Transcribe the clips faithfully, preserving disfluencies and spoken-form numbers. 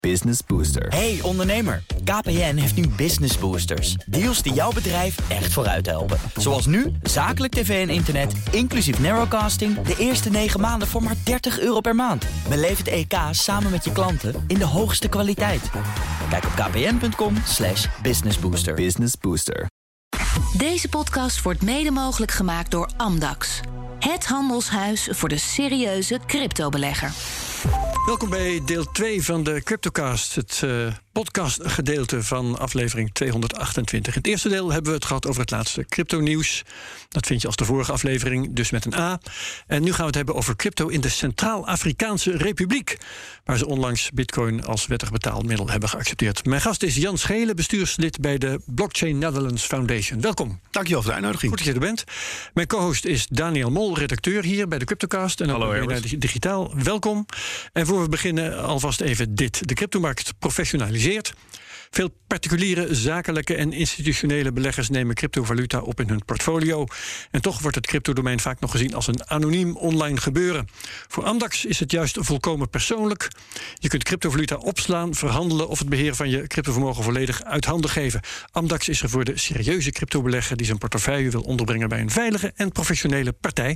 Business Booster. Hey ondernemer, K P N heeft nu Business Boosters. Deals die jouw bedrijf echt vooruit helpen. Zoals nu, zakelijk tv en internet, inclusief narrowcasting... de eerste negen maanden voor maar dertig euro per maand. Beleef het E K samen met je klanten in de hoogste kwaliteit. Kijk op kpn.com slash businessbooster. Business Booster. Deze podcast wordt mede mogelijk gemaakt door Amdax. Het handelshuis voor de serieuze cryptobelegger. Welkom bij deel twee van de CryptoCast, het uh, podcastgedeelte van aflevering tweehonderdachtentwintig. In het eerste deel hebben we het gehad over het laatste crypto-nieuws. Dat vind je als de vorige aflevering, dus met een A. En nu gaan we het hebben over crypto in de Centraal-Afrikaanse Republiek, waar ze onlangs bitcoin als wettig betaalmiddel hebben geaccepteerd. Mijn gast is Jan Scheele, bestuurslid bij de Blockchain Netherlands Foundation. Welkom. Dankjewel voor de uitnodiging. Goed dat je er bent. Mijn co-host is Daniel Mol, redacteur hier bij de CryptoCast. En ook Hallo, naar Digitaal. Welkom. En voor we beginnen alvast even dit. De cryptomarkt professionaliseert. Veel particuliere, zakelijke en institutionele beleggers nemen cryptovaluta op in hun portfolio. En toch wordt het cryptodomein vaak nog gezien als een anoniem online gebeuren. Voor Amdax is het juist volkomen persoonlijk. Je kunt cryptovaluta opslaan, verhandelen of het beheer van je cryptovermogen volledig uit handen geven. Amdax is er voor de serieuze cryptobelegger die zijn portefeuille wil onderbrengen bij een veilige en professionele partij.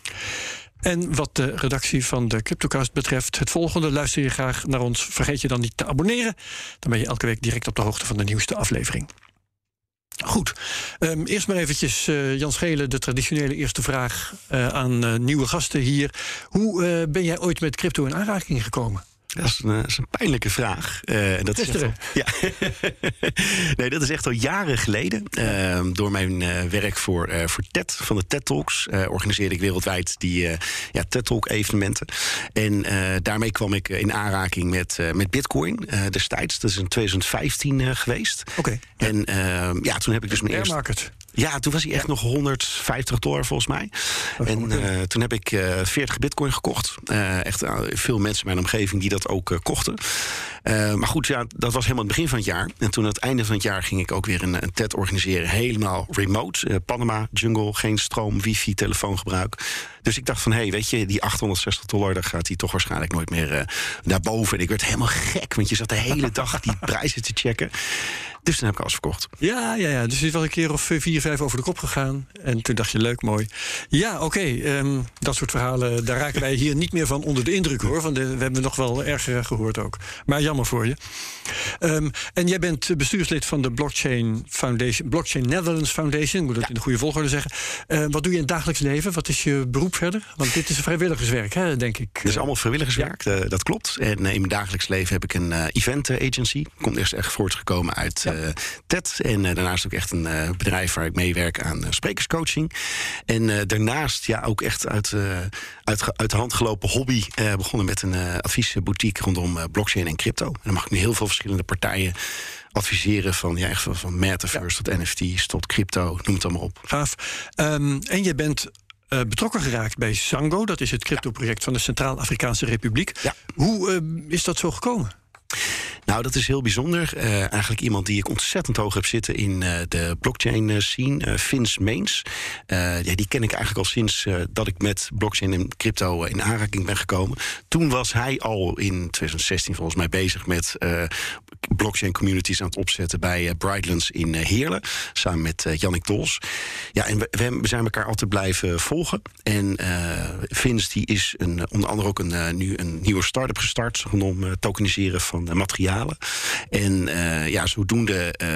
En wat de redactie van de CryptoCast betreft, het volgende. Luister je graag naar ons, vergeet je dan niet te abonneren. Dan ben je elke week direct op de hoogte van de nieuwste aflevering. Goed, um, eerst maar eventjes uh, Jan Scheele, de traditionele eerste vraag uh, aan uh, nieuwe gasten hier. Hoe uh, ben jij ooit met crypto in aanraking gekomen? Dat is een, dat is een pijnlijke vraag. Uh, en dat is echt al, ja. Nee, dat is echt al jaren geleden. Uh, door mijn uh, werk voor, uh, voor TED, van de TED Talks, uh, organiseerde ik wereldwijd die uh, ja, TED Talk evenementen. En uh, daarmee kwam ik in aanraking met, uh, met Bitcoin uh, destijds. Dat is in twintig vijftien uh, geweest. Oké. Okay. En uh, ja, toen heb ik dus mijn eerste... market. Ja, toen was hij echt nog honderdvijftig dollar volgens mij. Oh, en uh, toen heb ik uh, veertig bitcoin gekocht. Uh, echt uh, veel mensen in mijn omgeving die dat ook uh, kochten. Uh, maar goed, ja, dat was helemaal het begin van het jaar. En toen aan het einde van het jaar ging ik ook weer een, een TED organiseren. Helemaal remote. Uh, Panama, jungle, geen stroom, wifi, telefoongebruik. Dus ik dacht van, hé, hey, weet je, die achthonderdzestig dollar... daar gaat hij toch waarschijnlijk nooit meer uh, naar boven. En ik werd helemaal gek, want je zat de hele dag die prijzen te checken. Dus toen heb ik alles verkocht. Ja, ja, ja. Dus het was een keer of vier, vijf over de kop gegaan. En toen dacht je, leuk, mooi. Ja, oké. Okay, um, dat soort verhalen, daar raken wij hier niet meer van onder de indruk, hoor. Want de, we hebben nog wel erger gehoord ook. Maar jammer voor je. Um, en jij bent bestuurslid van de Blockchain Foundation, Blockchain Netherlands Foundation. Ik moet dat ja. in de goede volgorde zeggen. Uh, wat doe je in het dagelijks leven? Wat is je beroep verder? Want dit is vrijwilligerswerk, hè, denk ik. Het is allemaal vrijwilligerswerk, ja. uh, dat klopt. En uh, in mijn dagelijks leven heb ik een uh, event agency. Komt eerst echt voortgekomen uit... Ja. Uh, TED. En uh, daarnaast ook echt een uh, bedrijf waar ik meewerk aan uh, sprekerscoaching. En uh, daarnaast ja ook echt uit, uh, uit, uit de hand gelopen hobby uh, begonnen met een uh, adviesboutique rondom uh, blockchain en crypto. En dan mag ik nu heel veel verschillende partijen adviseren van, ja, echt van, van metaverse ja. tot N F T's tot crypto, noem het allemaal op. Gaaf. Um, en je bent Uh, betrokken geraakt bij Zango. Dat is het cryptoproject ja. van de Centraal-Afrikaanse Republiek. Ja. Hoe uh, is dat zo gekomen? Nou, dat is heel bijzonder. Uh, eigenlijk iemand die ik ontzettend hoog heb zitten in uh, de blockchain uh, scene. Uh, Vince Meens. Uh, ja, die ken ik eigenlijk al sinds uh, dat ik met blockchain en crypto uh, in aanraking ben gekomen. Toen was hij al in twintig zestien volgens mij bezig met uh, blockchain communities aan het opzetten bij uh, Brightlands in uh, Heerlen. Samen met uh, Jannik Dols. Ja, en we, we zijn elkaar altijd blijven volgen. En uh, Vince die is een, onder andere ook een, uh, nu een nieuwe start-up gestart rondom uh, tokeniseren van uh, materialen. En uh, ja, zodoende, uh,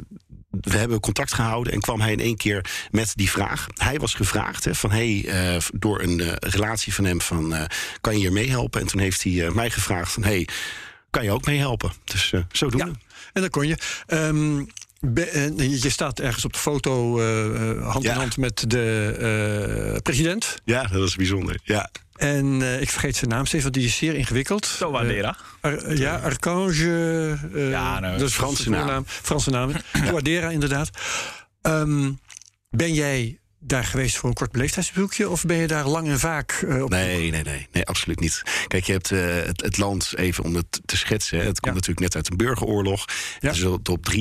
we hebben contact gehouden en kwam hij in één keer met die vraag. Hij was gevraagd hè, van, hey, uh, door een uh, relatie van hem van, uh, kan je hier meehelpen? En toen heeft hij uh, mij gevraagd van, hey, kan je ook meehelpen? Dus uh, zodoende. Ja, en dat kon je. Um, be, uh, je staat ergens op de foto uh, hand ja. in hand met de uh, president. Ja, dat is bijzonder, ja. En uh, ik vergeet zijn naam steeds, want die is zeer ingewikkeld. Touadera. Uh, Ar- ja, Archange. Uh, ja, nou, dat is Franse naam. naam. Franse naam. Touadera, inderdaad. Um, ben jij daar geweest voor een kort beleefdheidsbezoekje? Of ben je daar lang en vaak uh, op? Nee, nee, nee, nee, absoluut niet. Kijk, je hebt uh, het, het land, even om het te schetsen... het komt ja. natuurlijk net uit een burgeroorlog. Ja. Het is op drie na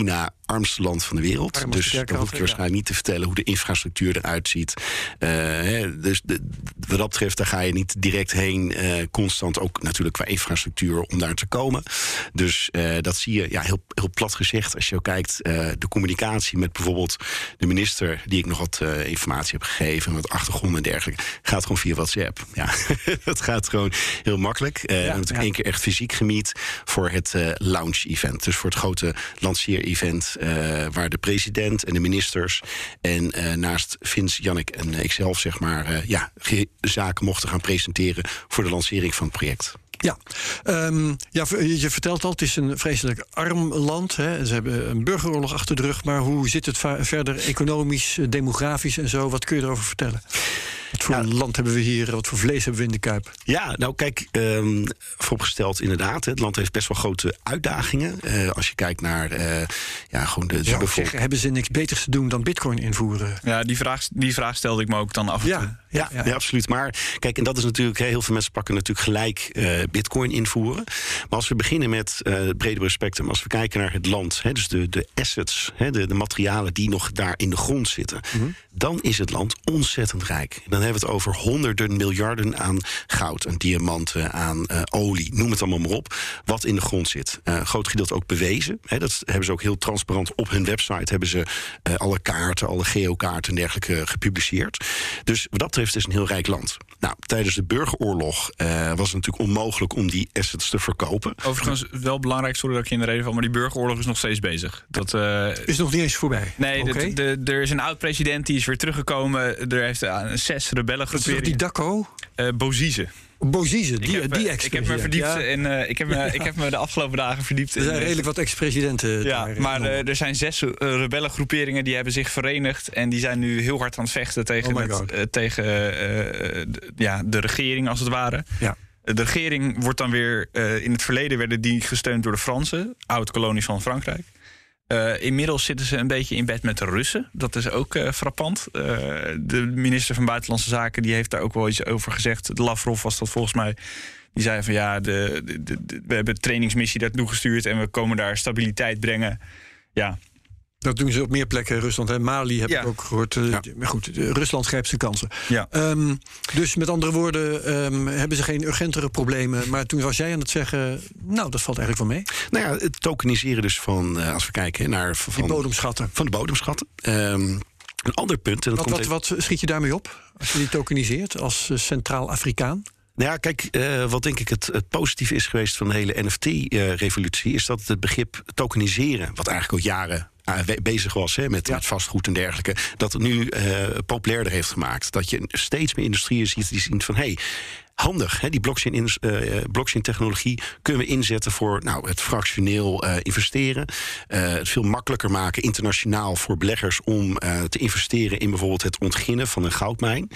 armste land van de wereld. Armste Dus dan hoef ik je waarschijnlijk ja. niet te vertellen hoe de infrastructuur eruit ziet. Uh, hè, dus de, wat dat betreft, daar ga je niet direct heen. Uh, constant ook natuurlijk qua infrastructuur om daar te komen. Dus uh, dat zie je ja, heel, heel plat gezegd. Als je ook kijkt, uh, de communicatie met bijvoorbeeld de minister, die ik nog wat uh, informatie heb gegeven, wat achtergrond en dergelijke, gaat gewoon via WhatsApp. Ja, dat gaat gewoon heel makkelijk. Uh, ja, we hebben natuurlijk ja. één keer echt fysiek gemiet voor het uh, launch-event. Dus voor het grote lanceer-event, uh, waar de president en de ministers en uh, naast Vince, Jannik en uh, ikzelf, zeg maar, uh, ja, zaken mochten gaan presenteren voor de lancering van het project. Ja, um, ja, je vertelt al, het is een vreselijk arm land. Hè. Ze hebben een burgeroorlog achter de rug. Maar hoe zit het va- verder economisch, demografisch en zo? Wat kun je erover vertellen? Wat voor ja. land hebben we hier? Wat voor vlees hebben we in de kuip? Ja, nou kijk, um, vooropgesteld inderdaad. Het land heeft best wel grote uitdagingen. Uh, als je kijkt naar uh, ja, gewoon de, de bevolking. Zeggen, hebben ze niks beters te doen dan bitcoin invoeren? Ja, die vraag, die vraag stelde ik me ook dan af en ja, toe. Ja, ja, ja, absoluut. Maar kijk, en dat is natuurlijk, heel veel mensen pakken natuurlijk gelijk uh, bitcoin invoeren. Maar als we beginnen met uh, het bredere spectrum, als we kijken naar het land, hè, dus de, de assets, hè, de, de materialen die nog daar in de grond zitten, mm-hmm. dan is het land ontzettend rijk. Dan hebben we het over honderden miljarden aan goud, aan diamanten, aan uh, olie, noem het allemaal maar op, wat in de grond zit. Uh, een groot gedeelte ook bewezen. Hè, dat hebben ze ook heel transparant op hun website, hebben ze uh, alle kaarten, alle geokaarten en dergelijke gepubliceerd. Dus wat dat betreft is het een heel rijk land. Nou, tijdens de burgeroorlog uh, was het natuurlijk onmogelijk om die assets te verkopen. Overigens wel belangrijk, sorry dat ik je in de reden val, maar die burgeroorlog is nog steeds bezig. Dat uh, is nog niet eens voorbij. Nee, okay. de, de, er is een oud-president die is weer teruggekomen. Er heeft uh, zes rebellengroeperingen. Die Dacko? Uh, Bozize. Bozize, die, heb, die ik heb me verdiept ja. en uh, ik, heb me, ja. ik heb me de afgelopen dagen verdiept. Er zijn in, redelijk wat ex-presidenten. Ja, daar, maar uh, er zijn zes uh, rebellengroeperingen die hebben zich verenigd en die zijn nu heel hard aan het vechten tegen, oh het, uh, tegen uh, de, ja, de regering als het ware. Ja. De regering wordt dan weer, uh, in het verleden werden die gesteund door de Fransen, oud-kolonies van Frankrijk. Uh, inmiddels zitten ze een beetje in bed met de Russen. Dat is ook uh, frappant. Uh, de minister van Buitenlandse Zaken die heeft daar ook wel iets over gezegd. Lavrov was dat volgens mij. Die zei van ja, de, de, de, we hebben een trainingsmissie daartoe gestuurd en we komen daar stabiliteit brengen. Ja. Dat doen ze op meer plekken in Rusland. Hè. Mali heb ja. ik ook gehoord. Uh, ja. Maar goed, Rusland grijpt zijn kansen. Ja. Um, dus met andere woorden, um, hebben ze geen urgentere problemen. Maar toen was jij aan het zeggen, nou, dat valt eigenlijk wel mee. Nou ja, het tokeniseren dus van, uh, als we kijken naar van, die bodemschatten. Van de bodemschatten. Um, een ander punt. En dat wat, komt wat, wat schiet je daarmee op als je die tokeniseert als uh, Centraal-Afrikaan? Nou ja, kijk, uh, wat denk ik het, het positieve is geweest van de hele N F T-revolutie... Uh, is dat het begrip tokeniseren, wat eigenlijk al jaren uh, bezig was... Hè, met, ja. met vastgoed en dergelijke, dat het nu uh, populairder heeft gemaakt. Dat je steeds meer industrieën ziet die zien van... hey, handig, hè, die blockchain, uh, blockchain-technologie kunnen we inzetten voor nou, het fractioneel uh, investeren. Uh, het veel makkelijker maken internationaal voor beleggers om uh, te investeren in bijvoorbeeld het ontginnen van een goudmijn.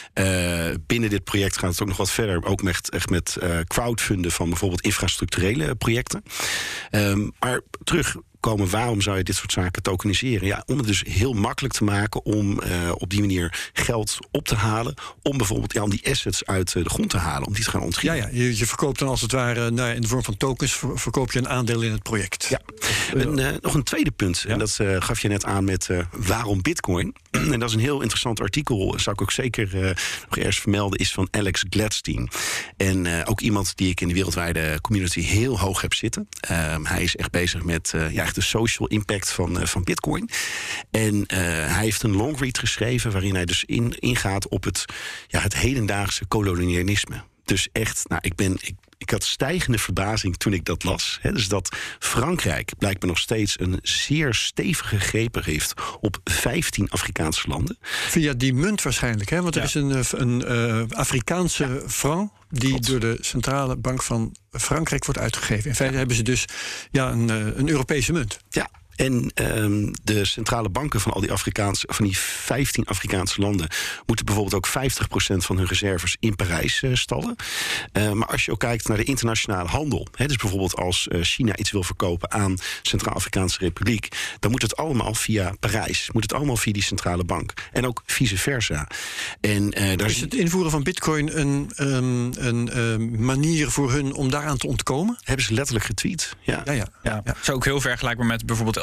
Uh, binnen dit project gaat het ook nog wat verder, ook met, echt met uh, crowdfunden van bijvoorbeeld infrastructurele projecten. Um, maar terug... komen, waarom zou je dit soort zaken tokeniseren? Ja, om het dus heel makkelijk te maken om uh, op die manier geld op te halen, om bijvoorbeeld ja, om die assets uit uh, de grond te halen, om die te gaan ontginnen. Ja, ja je, je verkoopt dan als het ware nou, in de vorm van tokens, ver, verkoop je een aandeel in het project. Ja. En, uh, nog een tweede punt, ja. en dat uh, gaf je net aan met uh, waarom bitcoin? En dat is een heel interessant artikel, zou ik ook zeker uh, nog eerst vermelden, is van Alex Gladstein. En uh, ook iemand die ik in de wereldwijde community heel hoog heb zitten. Uh, hij is echt bezig met uh, ja, de social impact van, uh, van bitcoin. En uh, hij heeft een long read geschreven waarin hij dus in, ingaat op het, ja, het hedendaagse kolonialisme. Dus echt, nou, ik ben... Ik, Ik had stijgende verbazing toen ik dat las. He, dus dat Frankrijk blijkbaar nog steeds een zeer stevige greep heeft op vijftien Afrikaanse landen. Via die munt waarschijnlijk, hè? Want er ja. is een, een uh, Afrikaanse ja. franc die Klopt. door de Centrale Bank van Frankrijk wordt uitgegeven. In feite ja. hebben ze dus ja, een, een Europese munt. Ja. En um, de centrale banken van al die Afrikaanse, van die vijftien Afrikaanse landen moeten bijvoorbeeld ook vijftig procent van hun reserves in Parijs uh, stallen. Uh, maar als je ook kijkt naar de internationale handel, hè, dus bijvoorbeeld als uh, China iets wil verkopen aan Centraal-Afrikaanse Republiek, dan moet het allemaal via Parijs, moet het allemaal via die centrale bank. En ook vice versa. En, uh, daar is het invoeren van bitcoin een, um, een uh, manier voor hun om daaraan te ontkomen? Hebben ze letterlijk getweet. Ja, ja, ja. ja. ja. Zo ook heel vergelijkbaar met bijvoorbeeld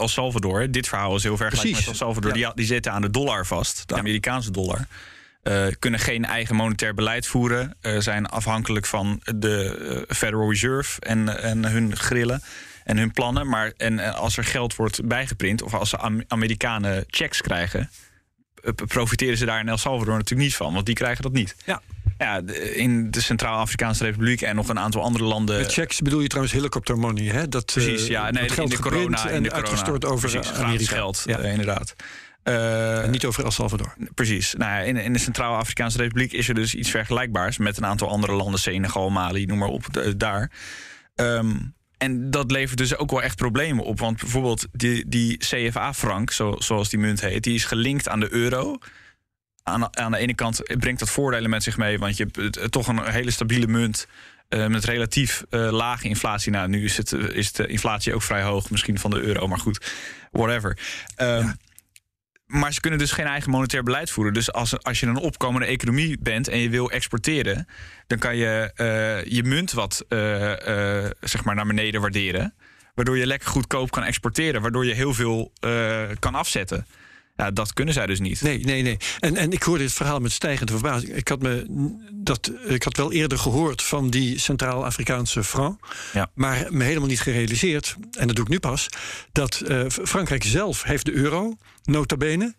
El Salvador. Dit verhaal is heel vergelijkbaar met El Salvador. Ja. Die, die zitten aan de dollar vast, de ja. Amerikaanse dollar. Uh, kunnen geen eigen monetair beleid voeren. Uh, zijn afhankelijk van de uh, Federal Reserve en, en hun grillen en hun plannen. Maar en, uh, als er geld wordt bijgeprint of als de Amerikanen checks krijgen, uh, profiteren ze daar in El Salvador natuurlijk niet van, want die krijgen dat niet. Ja. Ja, in de Centraal-Afrikaanse Republiek en nog een aantal andere landen. Met checks bedoel je trouwens helicopter money, hè? Dat, precies, ja, nee, dat geld in de corona en in de uitgestort corona, over precies, Amerika. Geld, ja. uh, inderdaad. Uh, niet over El Salvador. Precies. Nou ja, in, in de Centraal-Afrikaanse Republiek is er dus iets vergelijkbaars met een aantal andere landen, Senegal, Mali, noem maar op, de, daar. Um, en dat levert dus ook wel echt problemen op. Want bijvoorbeeld die, die C F A-frank, zo, zoals die munt heet, die is gelinkt aan de euro. Aan, aan de ene kant brengt dat voordelen met zich mee, want je hebt uh, toch een hele stabiele munt uh, met relatief uh, lage inflatie. Nou, nu is, het, uh, is de inflatie ook vrij hoog, misschien van de euro, maar goed, whatever. Um, ja. Maar ze kunnen dus geen eigen monetair beleid voeren. Dus als, als je een opkomende economie bent en je wil exporteren, dan kan je uh, je munt wat uh, uh, zeg maar naar beneden waarderen, waardoor je lekker goedkoop kan exporteren, waardoor je heel veel uh, kan afzetten. Ja, dat kunnen zij dus niet. Nee, nee, nee. En, en ik hoorde dit verhaal met stijgende verbazing. Ik had, me dat, ik had wel eerder gehoord van die Centraal-Afrikaanse franc, ja. maar me helemaal niet gerealiseerd, en dat doe ik nu pas, dat uh, Frankrijk zelf heeft de euro, nota bene.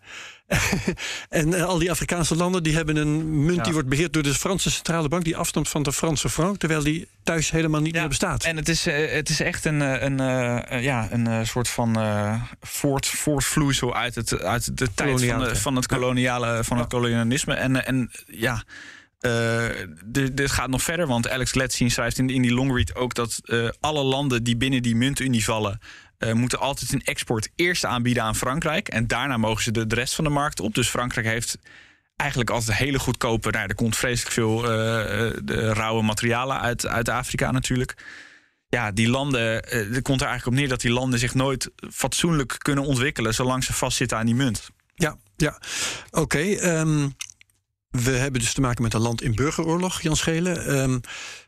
En uh, al die Afrikaanse landen die hebben een munt ja. die wordt beheerd door de Franse Centrale Bank, die afstamt van de Franse franc, terwijl die thuis helemaal niet ja. meer bestaat. En het is, uh, het is echt een, een, uh, ja, een uh, soort van uh, voort, voortvloeisel uit, het, uit de tijd van, de, van het koloniale, van het kolonialisme. En, en ja, uh, dit, dit gaat nog verder, want Alex Gladstein schrijft in, in die longread ook dat uh, alle landen die binnen die muntunie vallen, Uh, moeten altijd een export eerst aanbieden aan Frankrijk. En daarna mogen ze de, de rest van de markt op. Dus Frankrijk heeft eigenlijk altijd hele goedkope. Nou, er komt vreselijk veel uh, de rauwe materialen uit, uit Afrika natuurlijk. Ja, die landen, uh, er komt er eigenlijk op neer dat die landen zich nooit fatsoenlijk kunnen ontwikkelen zolang ze vastzitten aan die munt. Ja, ja. Oké. Okay, um, we hebben dus te maken met een land in burgeroorlog, Jan Scheele. Um,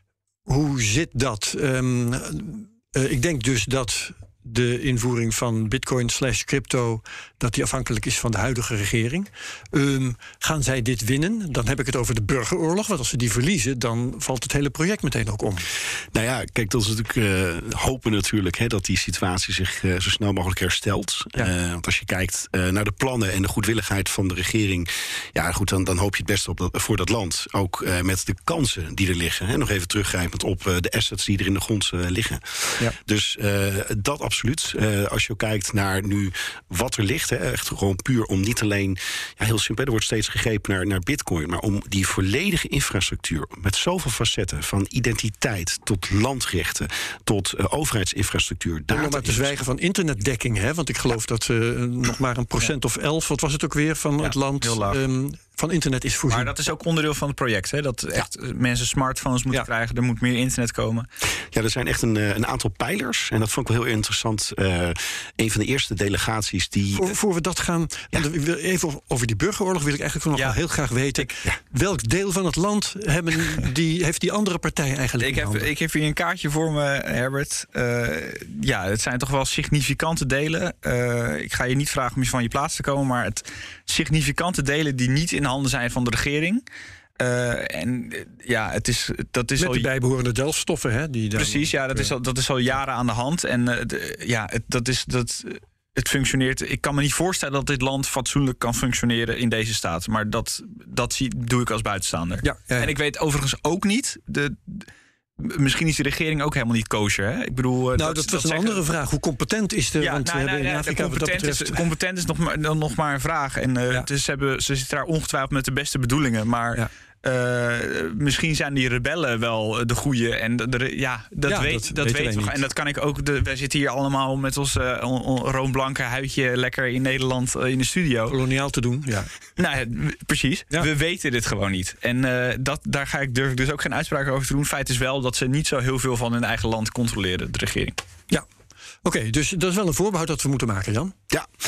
hoe zit dat? Um, uh, ik denk dus dat de invoering van bitcoin slash crypto, dat die afhankelijk is van de huidige regering. Um, gaan zij dit winnen? Dan heb ik het over de burgeroorlog. Want als ze die verliezen, dan valt het hele project meteen ook om. Nou ja, kijk, dat is natuurlijk uh, hopen natuurlijk hè, dat die situatie zich uh, zo snel mogelijk herstelt. Ja. Uh, want als je kijkt uh, naar de plannen en de goedwilligheid van de regering, ja goed, dan, dan hoop je het beste op dat, voor dat land. Ook uh, met de kansen die er liggen. Hè, nog even teruggrijpend op uh, de assets die er in de grond uh, liggen. Ja. Dus uh, dat absoluut. Uh, als je kijkt naar nu wat er ligt, hè, echt gewoon puur om niet alleen, ja, heel simpel, er wordt steeds gegrepen naar, naar bitcoin, maar om die volledige infrastructuur met zoveel facetten, van identiteit tot landrechten tot uh, overheidsinfrastructuur. Om nog maar te zwijgen van internetdekking, hè? Want ik geloof ja. dat uh, nog maar een procent ja. of elf, wat was het ook weer, van ja, het land um, van internet is voorzien. Maar dat is ook onderdeel van het project, hè? Dat echt ja. mensen smartphones moeten ja. krijgen, er moet meer internet komen. Ja, er zijn echt een, een aantal pijlers en dat vond ik wel heel interessant. Uh, een van de eerste delegaties die... Voor, voor we dat gaan, ja. even over die burgeroorlog wil ik eigenlijk nog ja. wel heel graag weten. Ik, ja. Welk deel van het land hebben die, heeft die andere partij eigenlijk? Ik heb, ik heb hier een kaartje voor me, Herbert. Uh, ja, het zijn toch wel significante delen. Uh, ik ga je niet vragen om je van je plaats te komen, maar het significante delen die niet in handen zijn van de regering. Uh, en ja, het is dat is met al de bijbehorende delfstoffen, hè? Die dan, precies, ja, dat is al dat is al jaren aan de hand en uh, de, ja, het, dat is dat. Het functioneert. Ik kan me niet voorstellen dat dit land fatsoenlijk kan functioneren in deze staat. Maar dat, dat zie, doe ik als buitenstaander. Ja, ja, ja. En ik weet overigens ook niet. De, de, misschien is de regering ook helemaal niet kosher. Hè? Ik bedoel, nou, dat, dat was dat een zeggen, andere vraag. Hoe competent is de? Ja, want nou, we nou, hebben in nou, Afrika competent, wat dat betreft... is, competent is nog maar, nog maar een vraag. En uh, ja. dus ze, hebben, ze zitten daar ongetwijfeld met de beste bedoelingen. Maar ja. Uh, misschien zijn die rebellen wel de goeie. En de, de, ja, dat ja, weet, dat dat weet we. En dat kan ik ook. De, wij zitten hier allemaal met ons uh, on, on, roodblanke huidje lekker in Nederland uh, in de studio. Koloniaal te doen, ja. Nou, precies. Ja. We weten dit gewoon niet. En uh, dat, daar ga ik, durf ik dus ook geen uitspraak over te doen. Feit is wel dat ze niet zo heel veel van hun eigen land controleren, de regering. Ja. Oké, okay, dus dat is wel een voorbehoud dat we moeten maken, Jan. Ja,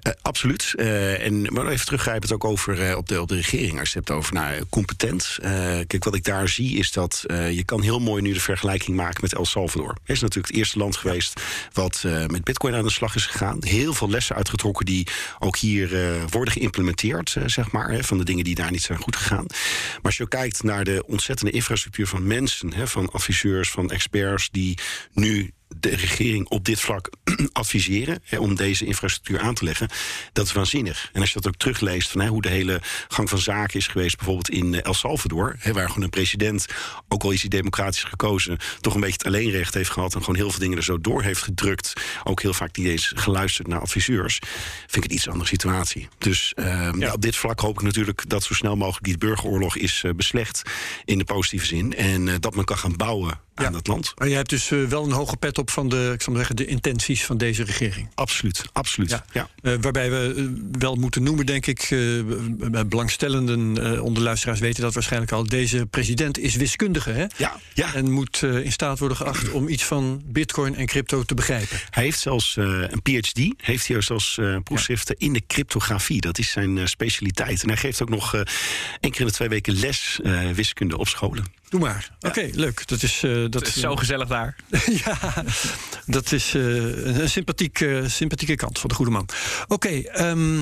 Uh, absoluut. Uh, en maar even teruggrijpend ook over uh, op, de, op de regering. Als je het hebt over nou, competent. Uh, kijk, wat ik daar zie is dat uh, je kan heel mooi nu de vergelijking maken met El Salvador. Het is natuurlijk het eerste land geweest wat uh, met Bitcoin aan de slag is gegaan. Heel veel lessen uitgetrokken die ook hier uh, worden geïmplementeerd, uh, zeg maar. Hè, van de dingen die daar niet zijn goed gegaan. Maar als je kijkt naar de ontzettende infrastructuur van mensen, hè, van adviseurs, van experts die nu de regering op dit vlak adviseren hè, om deze infrastructuur aan te leggen, dat is waanzinnig. En als je dat ook terugleest van hè, hoe de hele gang van zaken is geweest, bijvoorbeeld in El Salvador, hè, waar gewoon een president, ook al is hij democratisch gekozen, toch een beetje het alleenrecht heeft gehad en gewoon heel veel dingen er zo door heeft gedrukt, ook heel vaak niet eens geluisterd naar adviseurs, vind ik het iets andere situatie. Dus uh, ja. Ja, op dit vlak hoop ik natuurlijk dat zo snel mogelijk die burgeroorlog is uh, beslecht in de positieve zin en uh, dat men kan gaan bouwen aan ja. dat land. Maar je hebt dus uh, wel een hoge pet op van de, ik zal maar zeggen, de intenties van deze regering. Absoluut, absoluut. Ja. Ja. Uh, waarbij we uh, wel moeten noemen, denk ik, uh, belangstellenden uh, onder luisteraars weten dat waarschijnlijk al. Deze president is wiskundige, hè? Ja, ja. En moet uh, in staat worden geacht om iets van bitcoin en crypto te begrijpen. Hij heeft zelfs uh, een P H D, heeft hij zelfs uh, proefschriften ja. in de cryptografie. Dat is zijn uh, specialiteit. En hij geeft ook nog uh, één keer in de twee weken les uh, wiskunde op scholen. Doe maar. Oké, okay, ja. leuk. Dat is, uh, dat het is zo uh, gezellig daar. ja, dat is uh, een sympathiek, uh, sympathieke kant van de goede man. Oké, okay, um,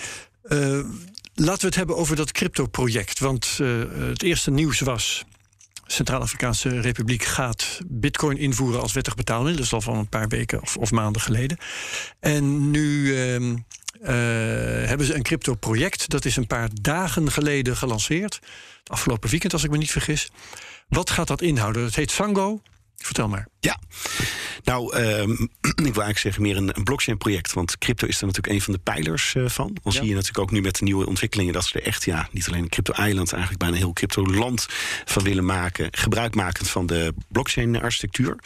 uh, laten we het hebben over dat crypto-project. Want uh, het eerste nieuws was, Centraal-Afrikaanse Republiek gaat bitcoin invoeren als wettig betaalmiddel. Dat is al van een paar weken of, of maanden geleden. En nu Um, Uh, hebben ze een crypto-project. Dat is een paar dagen geleden gelanceerd. Het afgelopen weekend, als ik me niet vergis. Wat gaat dat inhouden? Het heet Sango. Vertel maar. Ja, nou, um, ik wil eigenlijk zeggen meer een, een blockchain-project. Want crypto is er natuurlijk een van de pijlers uh, van. Dan ja. zie je natuurlijk ook nu met de nieuwe ontwikkelingen dat ze er echt, ja, niet alleen een crypto-eiland, eigenlijk bijna een heel crypto-land van willen maken. Gebruikmakend van de blockchain-architectuur.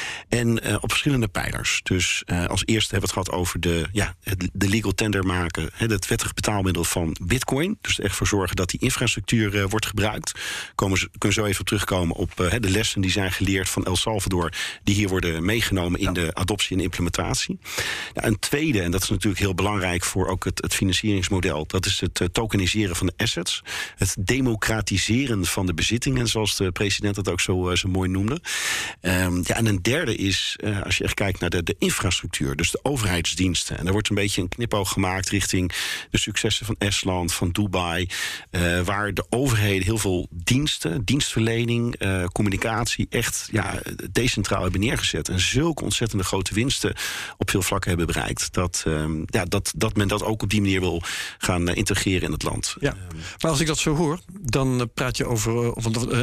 En uh, op verschillende pijlers. Dus uh, als eerste hebben we het gehad over de, ja, de legal tender maken. Hè, het wettig betaalmiddel van bitcoin. Dus er echt voor zorgen dat die infrastructuur uh, wordt gebruikt. Komen ze, kunnen zo even op terugkomen op uh, de lessen die zijn geleerd van El Salvador, die hier worden meegenomen in ja. de adoptie en implementatie. Nou, een tweede, en dat is natuurlijk heel belangrijk voor ook het, het financieringsmodel, dat is het uh, tokeniseren van de assets. Het democratiseren van de bezittingen, zoals de president dat ook zo, uh, zo mooi noemde. Um, ja, en een derde is, uh, als je echt kijkt naar de, de infrastructuur, dus de overheidsdiensten. En daar wordt een beetje een knipoog gemaakt richting de successen van Estland, van Dubai, uh, waar de overheden heel veel diensten, dienstverlening, uh, communicatie echt ja, decentraal hebben neergezet en zulke ontzettende grote winsten op veel vlakken hebben bereikt, dat, um, ja, dat, dat men dat ook op die manier wil gaan uh, integreren in het land. Ja. Maar als ik dat zo hoor, dan uh, praat je over, uh, of, uh, uh,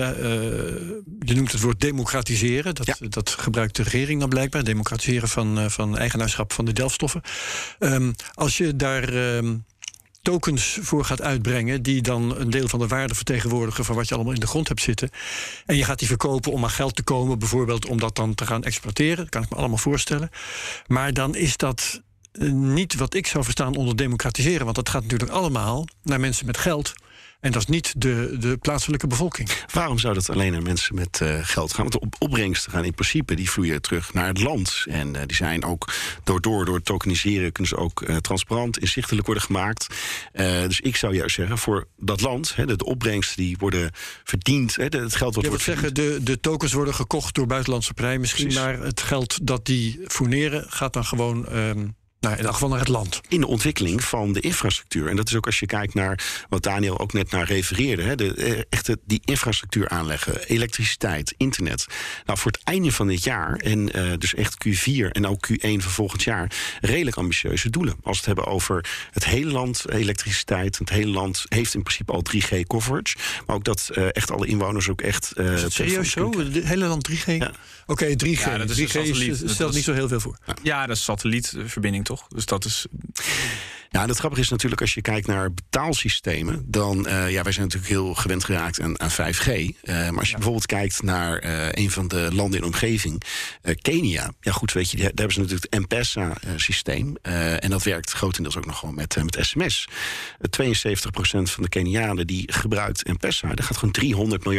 je noemt het woord democratiseren, dat, ja. dat gebruikt de regering dan blijkbaar, democratiseren van, uh, van eigenaarschap van de delfstoffen. Um, als je daar Um, tokens voor gaat uitbrengen die dan een deel van de waarde vertegenwoordigen van wat je allemaal in de grond hebt zitten, en je gaat die verkopen om aan geld te komen, bijvoorbeeld om dat dan te gaan exporteren, dat kan ik me allemaal voorstellen. Maar dan is dat niet wat ik zou verstaan onder democratiseren, want dat gaat natuurlijk allemaal naar mensen met geld. En dat is niet de, de plaatselijke bevolking. Waarom zou dat alleen naar mensen met uh, geld gaan? Want de op opbrengsten gaan in principe, die vloeien terug naar het land. En uh, die zijn ook, door, door, door het tokeniseren kunnen ze ook uh, transparant, inzichtelijk worden gemaakt. Uh, dus ik zou juist zeggen, voor dat land, hè, de, de opbrengsten die worden verdiend, hè, het geld wat Je wordt zeggen, de, de tokens worden gekocht door buitenlandse partijen misschien, Precies. maar het geld dat die fourneren gaat dan gewoon Um Nou, in elk geval naar het land. In de ontwikkeling van de infrastructuur. En dat is ook als je kijkt naar wat Daniel ook net naar refereerde. Hè, de, echte, die infrastructuur aanleggen. Elektriciteit, internet. Nou, voor het einde van dit jaar, en uh, dus echt Q vier en ook Q één van volgend jaar, redelijk ambitieuze doelen. Als we het hebben over het hele land elektriciteit. Het hele land heeft in principe al drie G coverage. Maar ook dat uh, echt alle inwoners ook echt Uh, is het serieus zo? Het hele land drie G? Ja. Oké, okay, drie G. Ja, dat is drie G is, stelt niet zo heel veel voor. Ja, ja, dat is satellietverbinding toch? Dus dat is. Ja, en het grappige is natuurlijk, als je kijkt naar betaalsystemen, dan, uh, ja, wij zijn natuurlijk heel gewend geraakt aan, aan vijf G. Uh, maar als je ja. bijvoorbeeld kijkt naar uh, een van de landen in de omgeving, uh, Kenia. Ja, goed, weet je, daar hebben ze natuurlijk het M-Pesa-systeem. Uh, en dat werkt grotendeels ook nog gewoon met, uh, met S M S. Uh, tweeënzeventig procent van de Kenianen die gebruikt M-Pesa. Daar gaat gewoon driehonderd miljard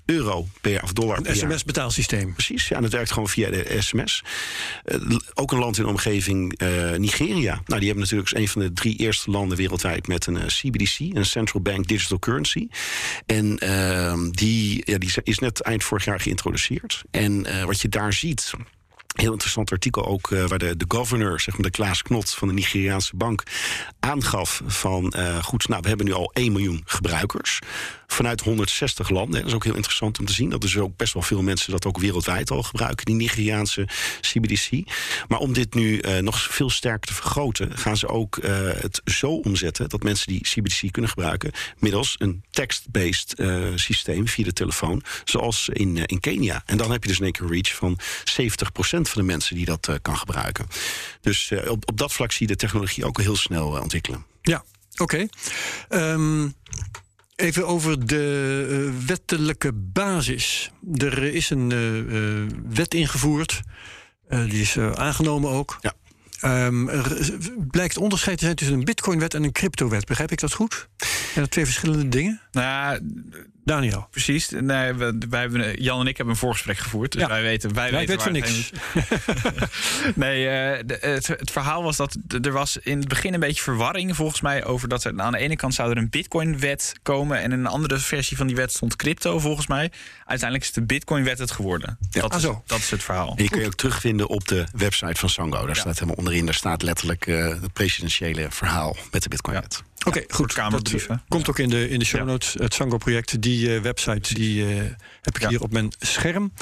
euro per, of dollar per Een jaar. S M S-betaalsysteem. Precies, ja, en het werkt gewoon via de S M S. Uh, ook een land in de omgeving, uh, Nigeria. Nou, die hebben natuurlijk als een van de drie eerste landen wereldwijd met een uh, C B D C, een Central Bank Digital Currency. En uh, die, ja, die is net eind vorig jaar geïntroduceerd. En uh, wat je daar ziet... Heel interessant artikel ook uh, waar de, de governor, zeg maar de Klaas Knot van de Nigeriaanse bank, aangaf van uh, goed, nou we hebben nu al één miljoen gebruikers vanuit honderdzestig landen. Dat is ook heel interessant om te zien. Dat er dus ook best wel veel mensen dat ook wereldwijd al gebruiken, die Nigeriaanse C B D C. Maar om dit nu uh, nog veel sterker te vergroten, gaan ze ook uh, het zo omzetten dat mensen die C B D C kunnen gebruiken middels een text-based uh, systeem via de telefoon, zoals in, uh, in Kenia. En dan heb je dus in één keer reach van zeventig procent van de mensen die dat uh, kan gebruiken. Dus uh, op, op dat vlak zie je de technologie ook heel snel uh, ontwikkelen. Ja, oké. Okay. Um, even over de uh, wettelijke basis. Er is een uh, uh, wet ingevoerd. Uh, die is uh, aangenomen ook. Ja. Um, er blijkt onderscheid te zijn tussen een bitcoinwet en een cryptowet. Begrijp ik dat goed? Zijn dat twee verschillende dingen? Nou ja, Daniel. Precies. Nee, wij, wij hebben, Jan en ik hebben een voorgesprek gevoerd. Dus ja. wij weten, wij wij weten weet waar van niks. nee, uh, de, het, het verhaal was dat er was in het begin een beetje verwarring volgens mij over dat er aan de ene kant zou er een Bitcoin-wet komen en in een andere versie van die wet stond crypto volgens mij. Uiteindelijk is de Bitcoin-wet het geworden. Ja. Dat, ah, is, zo. dat is het verhaal. En je kun je ook terugvinden op de website van Sango. Daar ja. staat helemaal onderin. Daar staat letterlijk uh, het presidentiële verhaal met de Bitcoin-wet. Ja. Oké, okay, goed. Kamerbrief, dat komt ook in de, in de show notes. Ja. Het Sango-project, die uh, website, die uh, heb ik ja. hier op mijn scherm.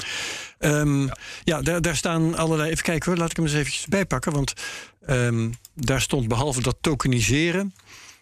Um, ja, ja daar, daar staan allerlei... Even kijken hoor, laat ik hem eens eventjes bijpakken. Want um, daar stond behalve dat tokeniseren...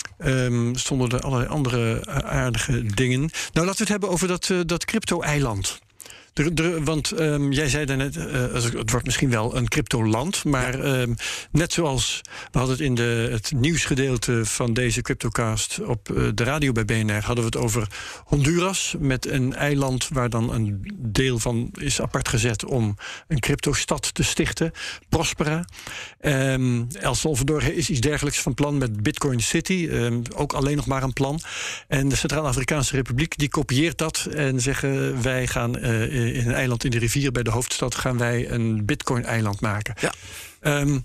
Um, stonden er allerlei andere aardige dingen. Nou, laten we het hebben over dat, uh, dat crypto-eiland. Er, er, want um, jij zei daarnet, uh, het wordt misschien wel een cryptoland, maar ja. um, net zoals we hadden het in de, het nieuwsgedeelte van deze CryptoCast op uh, de radio bij B N R, hadden we het over Honduras met een eiland waar dan een deel van is apart gezet om een cryptostad te stichten, Prospera. Um, El Salvador is iets dergelijks van plan met Bitcoin City, um, ook alleen nog maar een plan. En de Centraal-Afrikaanse Republiek die kopieert dat en zeggen wij gaan uh, in een eiland in de rivier bij de hoofdstad gaan wij een Bitcoin-eiland maken. Ja, um,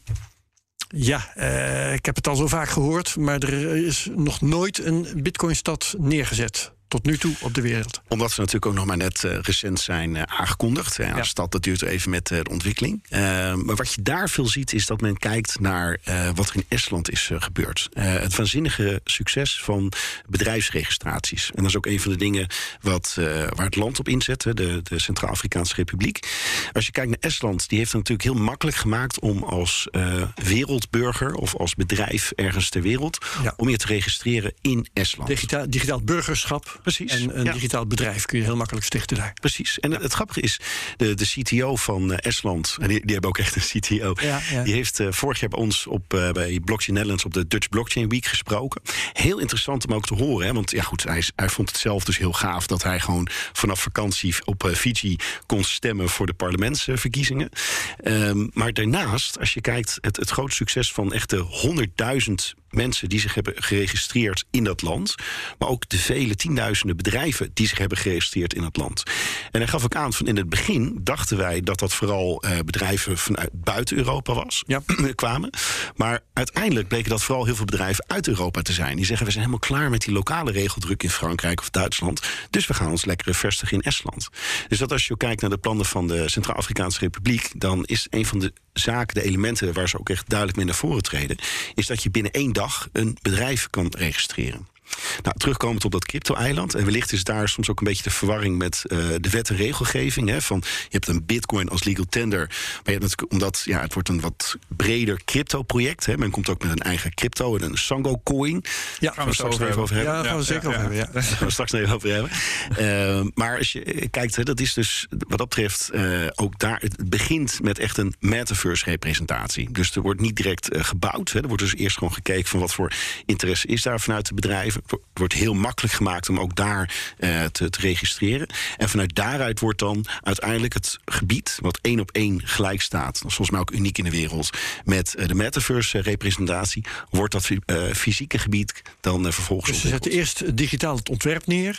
ja uh, ik heb het al zo vaak gehoord, maar er is nog nooit een Bitcoin-stad neergezet. Tot nu toe op de wereld. Omdat ze natuurlijk ook nog maar net uh, recent zijn uh, aangekondigd. Ja, ja. De stad, dat duurt even met uh, de ontwikkeling. Uh, maar wat je daar veel ziet, is dat men kijkt naar uh, wat er in Estland is uh, gebeurd. Uh, het waanzinnige succes van bedrijfsregistraties. En dat is ook een van de dingen wat, uh, waar het land op inzet, de, de Centraal-Afrikaanse Republiek. Als je kijkt naar Estland, die heeft het natuurlijk heel makkelijk gemaakt om als uh, wereldburger of als bedrijf ergens ter wereld, ja. om je te registreren in Estland. Digita- digitaal burgerschap. Precies. En een ja. digitaal bedrijf kun je heel makkelijk stichten daar. Precies. En ja. het grappige is, de, de C T O van uh, Estland, en die, die hebben ook echt een C T O, ja, ja. die heeft uh, vorig jaar bij ons op, uh, bij Blockchain Netherlands op de Dutch Blockchain Week gesproken. Heel interessant om ook te horen, hè, want ja goed, hij, hij vond het zelf dus heel gaaf dat hij gewoon vanaf vakantie op uh, Fiji kon stemmen voor de parlementsverkiezingen. Um, maar daarnaast, als je kijkt, het, het grote succes van echt de honderdduizend mensen die zich hebben geregistreerd in dat land, maar ook de vele tienduizenden bedrijven die zich hebben geregistreerd in het land. En hij gaf ook aan van in het begin dachten wij dat dat vooral uh, bedrijven vanuit buiten Europa was, ja. kwamen. Maar uiteindelijk bleken dat vooral heel veel bedrijven uit Europa te zijn. Die zeggen we zijn helemaal klaar met die lokale regeldruk in Frankrijk of Duitsland, dus we gaan ons lekker vestigen in Estland. Dus dat als je kijkt naar de plannen van de Centraal-Afrikaanse Republiek, dan is een van de zaken, de elementen waar ze ook echt duidelijk mee naar voren treden, is dat je binnen één dag een bedrijf kan registreren. Nou, terugkomend op dat crypto-eiland. En wellicht is daar soms ook een beetje de verwarring met uh, de wet en regelgeving. Hè, van, je hebt een bitcoin als legal tender. Maar je hebt natuurlijk, omdat ja, het wordt een wat breder crypto-project. Hè, men komt ook met een eigen crypto en een Sango coin. Ja, gaan we het straks even over hebben. Ja, daar gaan we zeker ja, over hebben. Ja. Daar gaan we straks nog even over hebben. Uh, maar als je kijkt, hè, dat is dus wat dat betreft uh, ook daar. Het begint met echt een metaverse-representatie. Dus er wordt niet direct uh, gebouwd. Hè. Er wordt dus eerst gewoon gekeken van wat voor interesse is daar vanuit de bedrijven. Het wordt heel makkelijk gemaakt om ook daar uh, te, te registreren. En vanuit daaruit wordt dan uiteindelijk het gebied, wat één op één gelijk staat, dat is volgens mij ook uniek in de wereld, met uh, de metaverse-representatie, wordt dat uh, fysieke gebied dan uh, vervolgens Dus ze zetten eerst digitaal het ontwerp neer. Ja.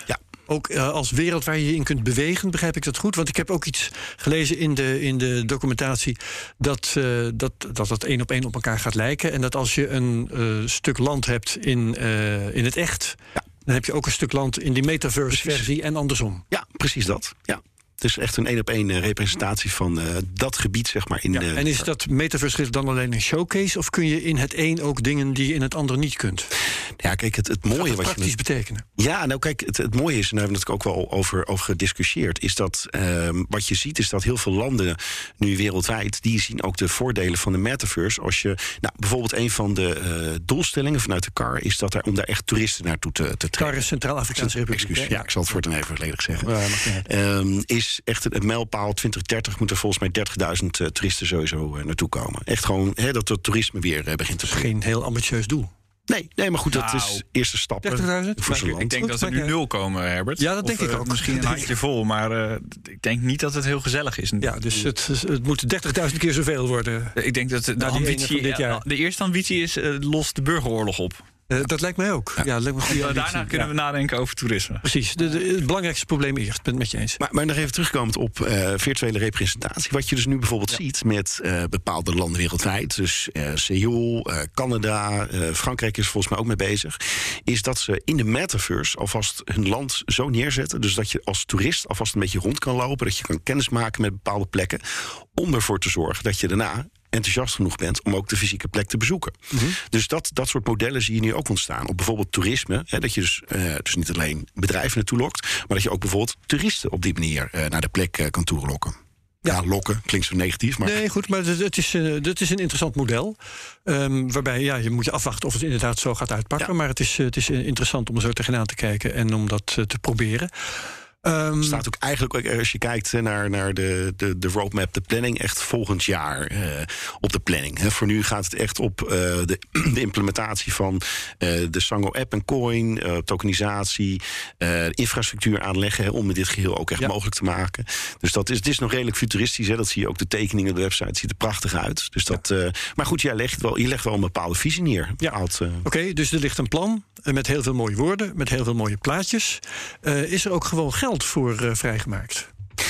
ook uh, als wereld waar je je in kunt bewegen, begrijp ik dat goed? Want ik heb ook iets gelezen in de, in de documentatie dat, uh, dat, dat dat één op één op elkaar gaat lijken. En dat als je een uh, stuk land hebt in, uh, in het echt, ja. dan heb je ook een stuk land in die metaverse-versie en andersom. Ja, precies dat. Ja. Het is echt een één op één representatie van uh, dat gebied, zeg maar. In ja, de, en is dat metaverse dan alleen een showcase, of kun je in het een ook dingen die je in het ander niet kunt? Ja, kijk, het, het mooie wat, wat praktisch je betekenen. Ja, nou kijk, het, het mooie is, en daar hebben we het ook wel over, over gediscussieerd, is dat uh, wat je ziet is dat heel veel landen nu wereldwijd, die zien ook de voordelen van de metaverse. Als je, nou, bijvoorbeeld een van de uh, doelstellingen vanuit de C A R is dat er om daar echt toeristen naartoe te, te trekken. C A R is Centraal-Afrikaanse Republiek. Excuus, ja, ik zal het voor dan even volledig zeggen. Ja, um, is echt een, een mijlpaal. twintig dertig moeten er volgens mij dertigduizend uh, toeristen sowieso uh, naartoe komen. Echt gewoon hè, dat het toerisme weer uh, begint te groeien. Geen heel ambitieus doel. Nee, nee, maar goed, dat nou, is eerste stappen dertigduizend? voor zo'n Ik land. denk dat er nu nul komen, Herbert. Ja, dat of, denk ik uh, ook. Misschien een handje vol, maar uh, ik denk niet dat het heel gezellig is. Ja, dus het, het moet dertigduizend keer zoveel worden. Ik denk dat de, de, ambitie, dit jaar. de eerste ambitie is uh, los de burgeroorlog op. Uh, dat lijkt mij ook. Ja, ja, lijkt me een goede daarna kunnen ja. we nadenken over toerisme. Precies. De, de, het belangrijkste probleem eerst. Ik ben het met je eens. Maar, maar nog even terugkomend op uh, virtuele representatie. Wat je dus nu bijvoorbeeld ja. ziet met uh, bepaalde landen wereldwijd. Dus uh, Seoul, uh, Canada, uh, Frankrijk is volgens mij ook mee bezig. Is dat ze in de metaverse alvast hun land zo neerzetten. Dus dat je als toerist alvast een beetje rond kan lopen. Dat je kan kennismaken met bepaalde plekken. Om ervoor te zorgen dat je daarna enthousiast genoeg bent om ook de fysieke plek te bezoeken. Mm-hmm. Dus dat, dat soort modellen zie je nu ook ontstaan. Op bijvoorbeeld toerisme. Hè, dat je dus, uh, dus niet alleen bedrijven naartoe lokt, maar dat je ook bijvoorbeeld toeristen op die manier uh, naar de plek uh, kan toelokken. Ja. ja, lokken klinkt zo negatief. Maar nee, goed, maar het, het, is, uh, het is een interessant model. Um, waarbij ja, je moet je afwachten of het inderdaad zo gaat uitpakken. Ja. Maar het is, het is interessant om er zo tegenaan te kijken en om dat uh, te proberen. Um, staat ook eigenlijk, als je kijkt naar, naar de, de, de roadmap, de planning, echt volgend jaar uh, op de planning. He, voor nu gaat het echt op uh, de, de implementatie van uh, de Sango-app en coin, uh, tokenisatie, uh, infrastructuur aanleggen he, om dit geheel ook echt ja. mogelijk te maken. Dus dat is, het is nog redelijk futuristisch. He, dat zie je ook de tekeningen op de website, het ziet er prachtig uit. Dus dat, ja. uh, maar goed, jij legt wel, je legt wel een bepaalde visie neer. Ja. Uh, Oké, okay, dus er ligt een plan met heel veel mooie woorden, met heel veel mooie plaatjes. Uh, is er ook gewoon geld voor uh, vrijgemaakt?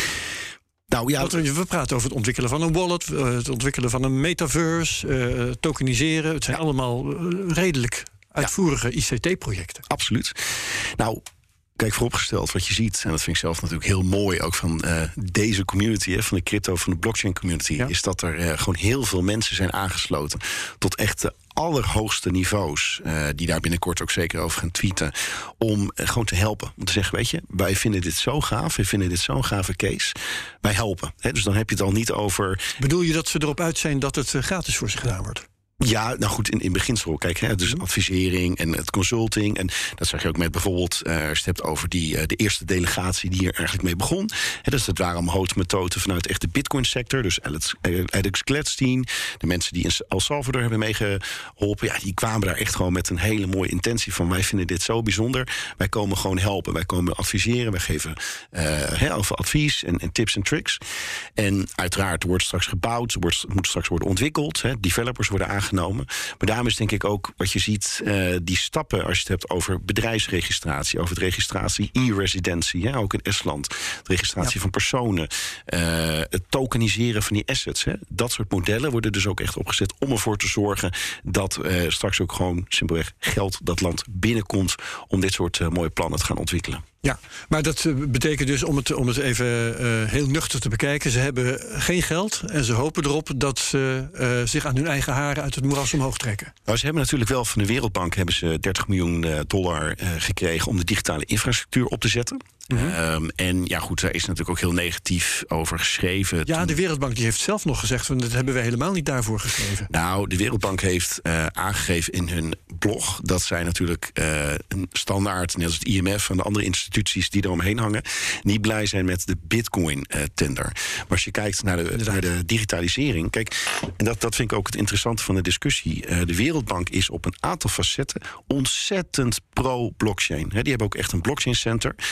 Nou, ja, we, we praten over het ontwikkelen van een wallet, uh, het ontwikkelen van een metaverse, uh, tokeniseren. Het zijn ja. allemaal uh, redelijk uitvoerige ja. I C T-projecten. Absoluut. Nou, kijk, vooropgesteld wat je ziet, en dat vind ik zelf natuurlijk heel mooi ook van uh, deze community, hè, van de crypto, van de blockchain community, ja. is dat er uh, gewoon heel veel mensen zijn aangesloten tot echt de allerhoogste niveaus, uh, die daar binnenkort ook zeker over gaan tweeten, om uh, gewoon te helpen. Om te zeggen, weet je, wij vinden dit zo gaaf, wij vinden dit zo'n gave case, wij helpen. Hè, dus dan heb je het al niet over... Bedoel je dat ze erop uit zijn dat het uh, gratis voor ze gedaan wordt? Ja, nou goed, in, in beginsel, kijk, hè, dus advisering en het consulting. En dat zag je ook met bijvoorbeeld, uh, als je het hebt over die, uh, de eerste delegatie die hier eigenlijk mee begon. Hè, dus dat waren allemaal methoden vanuit echt de Bitcoin-sector. Dus Alex, Alex Gladstein, de mensen die in El Salvador hebben meegeholpen. Ja, die kwamen daar echt gewoon met een hele mooie intentie van, wij vinden dit zo bijzonder. Wij komen gewoon helpen, wij komen adviseren, wij geven uh, hè, over advies en, en tips en tricks. En uiteraard wordt straks gebouwd, wordt, moet straks worden ontwikkeld. Hè, developers worden aangenomen. Genomen. Maar daarom is denk ik ook wat je ziet, uh, die stappen als je het hebt over bedrijfsregistratie, over het registratie e-residency, ja, ook in Estland, de registratie ja. van personen, uh, het tokeniseren van die assets. Hè. Dat soort modellen worden dus ook echt opgezet om ervoor te zorgen dat uh, straks ook gewoon simpelweg geld dat land binnenkomt om dit soort uh, mooie plannen te gaan ontwikkelen. Ja, maar dat betekent dus, om het, om het even uh, heel nuchter te bekijken, ze hebben geen geld en ze hopen erop dat ze uh, zich aan hun eigen haren uit het moeras omhoog trekken. Nou, ze hebben natuurlijk wel van de Wereldbank hebben ze dertig miljoen dollar uh, gekregen om de digitale infrastructuur op te zetten. Mm-hmm. Um, en ja goed, daar is natuurlijk ook heel negatief over geschreven. Ja, toen... de Wereldbank die heeft zelf nog gezegd van dat hebben wij helemaal niet daarvoor geschreven. Nou, de Wereldbank heeft uh, aangegeven in hun blog dat zij natuurlijk uh, een standaard, net als het I M F en de andere instituties die eromheen hangen, niet blij zijn met de Bitcoin uh, tender. Maar als je kijkt naar de, naar de digitalisering, kijk, en dat, dat vind ik ook het interessante van de discussie. Uh, de Wereldbank is op een aantal facetten ontzettend pro-blockchain. He, die hebben ook echt een blockchain center. Een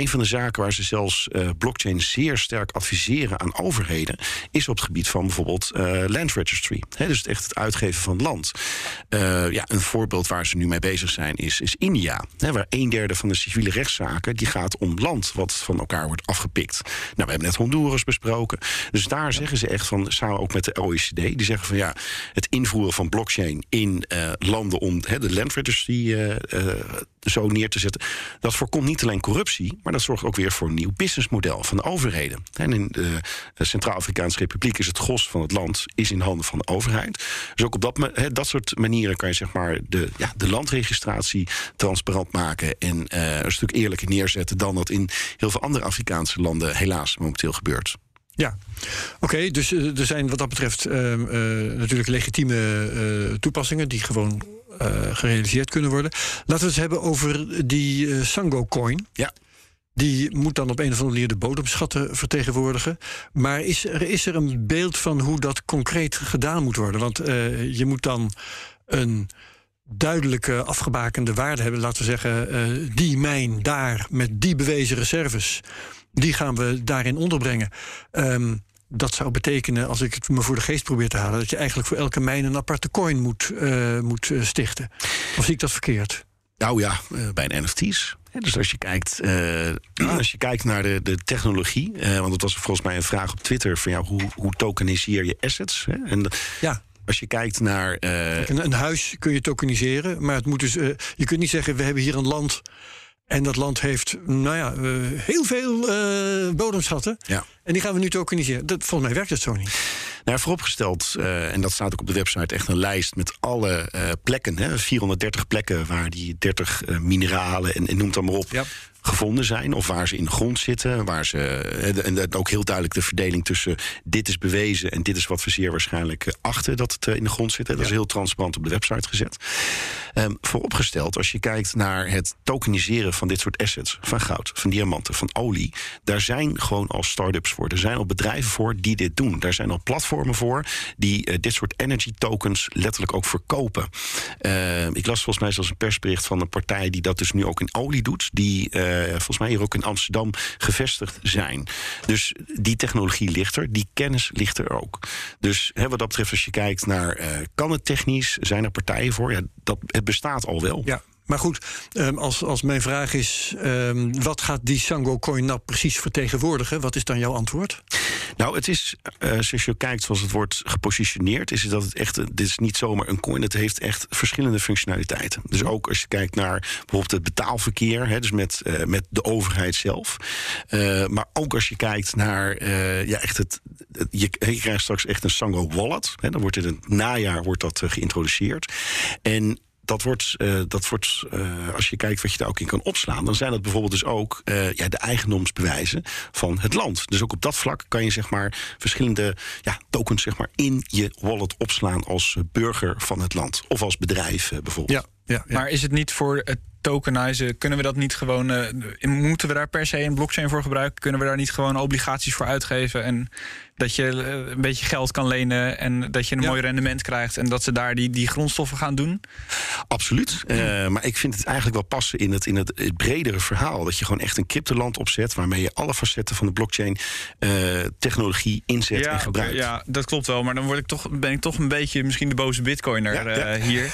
een van de zaken waar ze zelfs uh, blockchain zeer sterk adviseren aan overheden, is op het gebied van bijvoorbeeld uh, land registry. He, dus het echt het uitgeven van land. Uh, ja, een voorbeeld waar ze nu mee bezig zijn is, is India. He, waar een derde van de civiele rechtszaken die gaat om land wat van elkaar wordt afgepikt. Nou, we hebben net Honduras besproken. Dus daar zeggen ze echt van, samen ook met de O E C D, die zeggen van ja, het invoeren van blockchain in uh, landen om he, de land registry uh, uh, zo neer te zetten, dat voorkomt niet alleen corruptie, maar dat zorgt ook weer voor een nieuw businessmodel van de overheden. En in de Centraal-Afrikaanse Republiek is het gros van het land is in handen van de overheid. Dus ook op dat, he, dat soort manieren kan je zeg maar de, ja, de landregistratie transparant maken en uh, een stuk eerlijker neerzetten dan dat in heel veel andere Afrikaanse landen helaas momenteel gebeurt. Ja, oké, okay, dus uh, er zijn wat dat betreft uh, uh, natuurlijk legitieme uh, toepassingen die gewoon uh, gerealiseerd kunnen worden. Laten we het hebben over die uh, Sango-coin. Ja. Die moet dan op een of andere manier de bodemschatten vertegenwoordigen. Maar is er, is er een beeld van hoe dat concreet gedaan moet worden? Want uh, je moet dan een duidelijke afgebakende waarde hebben. Laten we zeggen, uh, die mijn daar met die bewezen reserves, die gaan we daarin onderbrengen. Um, dat zou betekenen, als ik het me voor de geest probeer te halen, dat je eigenlijk voor elke mijn een aparte coin moet, uh, moet stichten. Of zie ik dat verkeerd? Nou ja, uh, bij een N F T's. Ja, dus als je kijkt, uh, als je kijkt naar de, de technologie, uh, want het was volgens mij een vraag op Twitter van ja, hoe, hoe tokeniseer je assets? Hè? En de, ja. Als je kijkt naar Uh... Kijk, een, een huis kun je tokeniseren, maar het moet dus, uh, je kunt niet zeggen, we hebben hier een land en dat land heeft, nou ja, uh, heel veel uh, bodemschatten. Ja. En die gaan we nu tokeniseren. Dat, volgens mij werkt het zo niet. Nou, vooropgesteld, uh, en dat staat ook op de website, echt een lijst met alle uh, plekken, hè, vierhonderddertig plekken waar die dertig uh, mineralen en, en noem het dan maar op, ja, gevonden zijn, of waar ze in de grond zitten, waar ze, en ook heel duidelijk de verdeling tussen dit is bewezen en dit is wat we zeer waarschijnlijk achten dat het in de grond zit. Dat ja. is heel transparant op de website gezet. Um, vooropgesteld, als je kijkt naar het tokeniseren van dit soort assets, van goud, van diamanten, van olie, daar zijn gewoon al start-ups voor. Er zijn al bedrijven voor die dit doen. Daar zijn al platformen voor die uh, dit soort energy tokens letterlijk ook verkopen. Uh, ik las volgens mij zelfs een persbericht van een partij die dat dus nu ook in olie doet, die uh, volgens mij hier ook in Amsterdam gevestigd zijn. Dus die technologie ligt er, die kennis ligt er ook. Dus hè, wat dat betreft, als je kijkt naar, uh, kan het technisch, zijn er partijen voor? Ja, dat, het bestaat al wel. Ja. Maar goed, um, als, als mijn vraag is, um, wat gaat die Sango-coin nou precies vertegenwoordigen? Wat is dan jouw antwoord? Nou, het is, uh, zoals je kijkt zoals het wordt gepositioneerd, is het dat het echt, dit is niet zomaar een coin, het heeft echt verschillende functionaliteiten. Dus ook als je kijkt naar bijvoorbeeld het betaalverkeer, hè, dus met, uh, met de overheid zelf. Uh, maar ook als je kijkt naar, uh, ja, echt het, het je, je krijgt straks echt een Sango wallet. Hè, dan wordt in het najaar wordt dat uh, geïntroduceerd. En Dat wordt, uh, dat wordt uh, als je kijkt wat je daar ook in kan opslaan, dan zijn dat bijvoorbeeld dus ook uh, ja, de eigendomsbewijzen van het land. Dus ook op dat vlak kan je zeg maar verschillende ja, tokens zeg maar in je wallet opslaan als burger van het land. Of als bedrijf uh, bijvoorbeeld. Ja, ja, ja. Maar is het niet voor het tokenizen, kunnen we dat niet gewoon, uh, moeten we daar per se een blockchain voor gebruiken? Kunnen we daar niet gewoon obligaties voor uitgeven en dat je uh, een beetje geld kan lenen en dat je een ja. mooi rendement krijgt en dat ze daar die, die grondstoffen gaan doen? Absoluut. Uh, maar ik vind het eigenlijk wel passen in het, in het, het bredere verhaal. Dat je gewoon echt een cryptoland opzet waarmee je alle facetten van de blockchain uh, technologie inzet ja, en gebruikt. Okay, ja, dat klopt wel. Maar dan word ik toch, ben ik toch een beetje misschien de boze bitcoiner ja, ja. Uh, hier.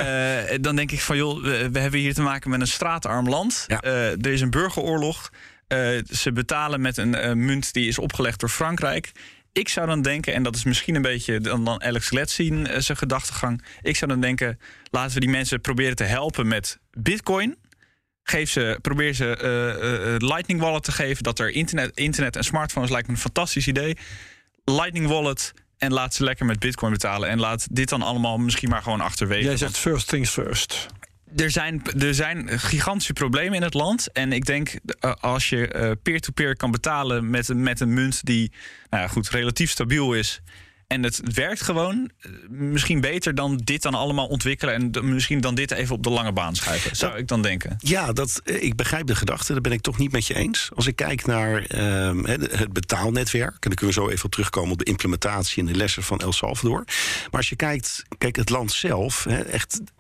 uh, dan denk ik van joh, we, we hebben hier te maken met een straatarm land. Ja. Uh, er is een burgeroorlog. Uh, ze betalen met een uh, munt die is opgelegd door Frankrijk. Ik zou dan denken, en dat is misschien een beetje dan, dan Alex Gladstein uh, zijn gedachtegang. Ik zou dan denken, laten we die mensen proberen te helpen met bitcoin. Geef ze, probeer ze uh, uh, Lightning Wallet te geven. Dat er internet, internet en smartphones lijkt me een fantastisch idee. Lightning Wallet en laat ze lekker met bitcoin betalen. En laat dit dan allemaal misschien maar gewoon achterwege. Jij zegt first things first. Er zijn, er zijn gigantische problemen in het land. En ik denk, uh, als je uh, peer-to-peer kan betalen met, met een munt die nou ja, goed, relatief stabiel is. En het werkt gewoon, misschien beter dan dit dan allemaal ontwikkelen en d- misschien dan dit even op de lange baan schuiven, zou dat, ik dan denken. Ja, dat, ik begrijp de gedachte, daar ben ik toch niet met je eens. Als ik kijk naar um, het betaalnetwerk, en dan kunnen we zo even op terugkomen op de implementatie en de lessen van El Salvador. Maar als je kijkt, kijk, het land zelf, he, echt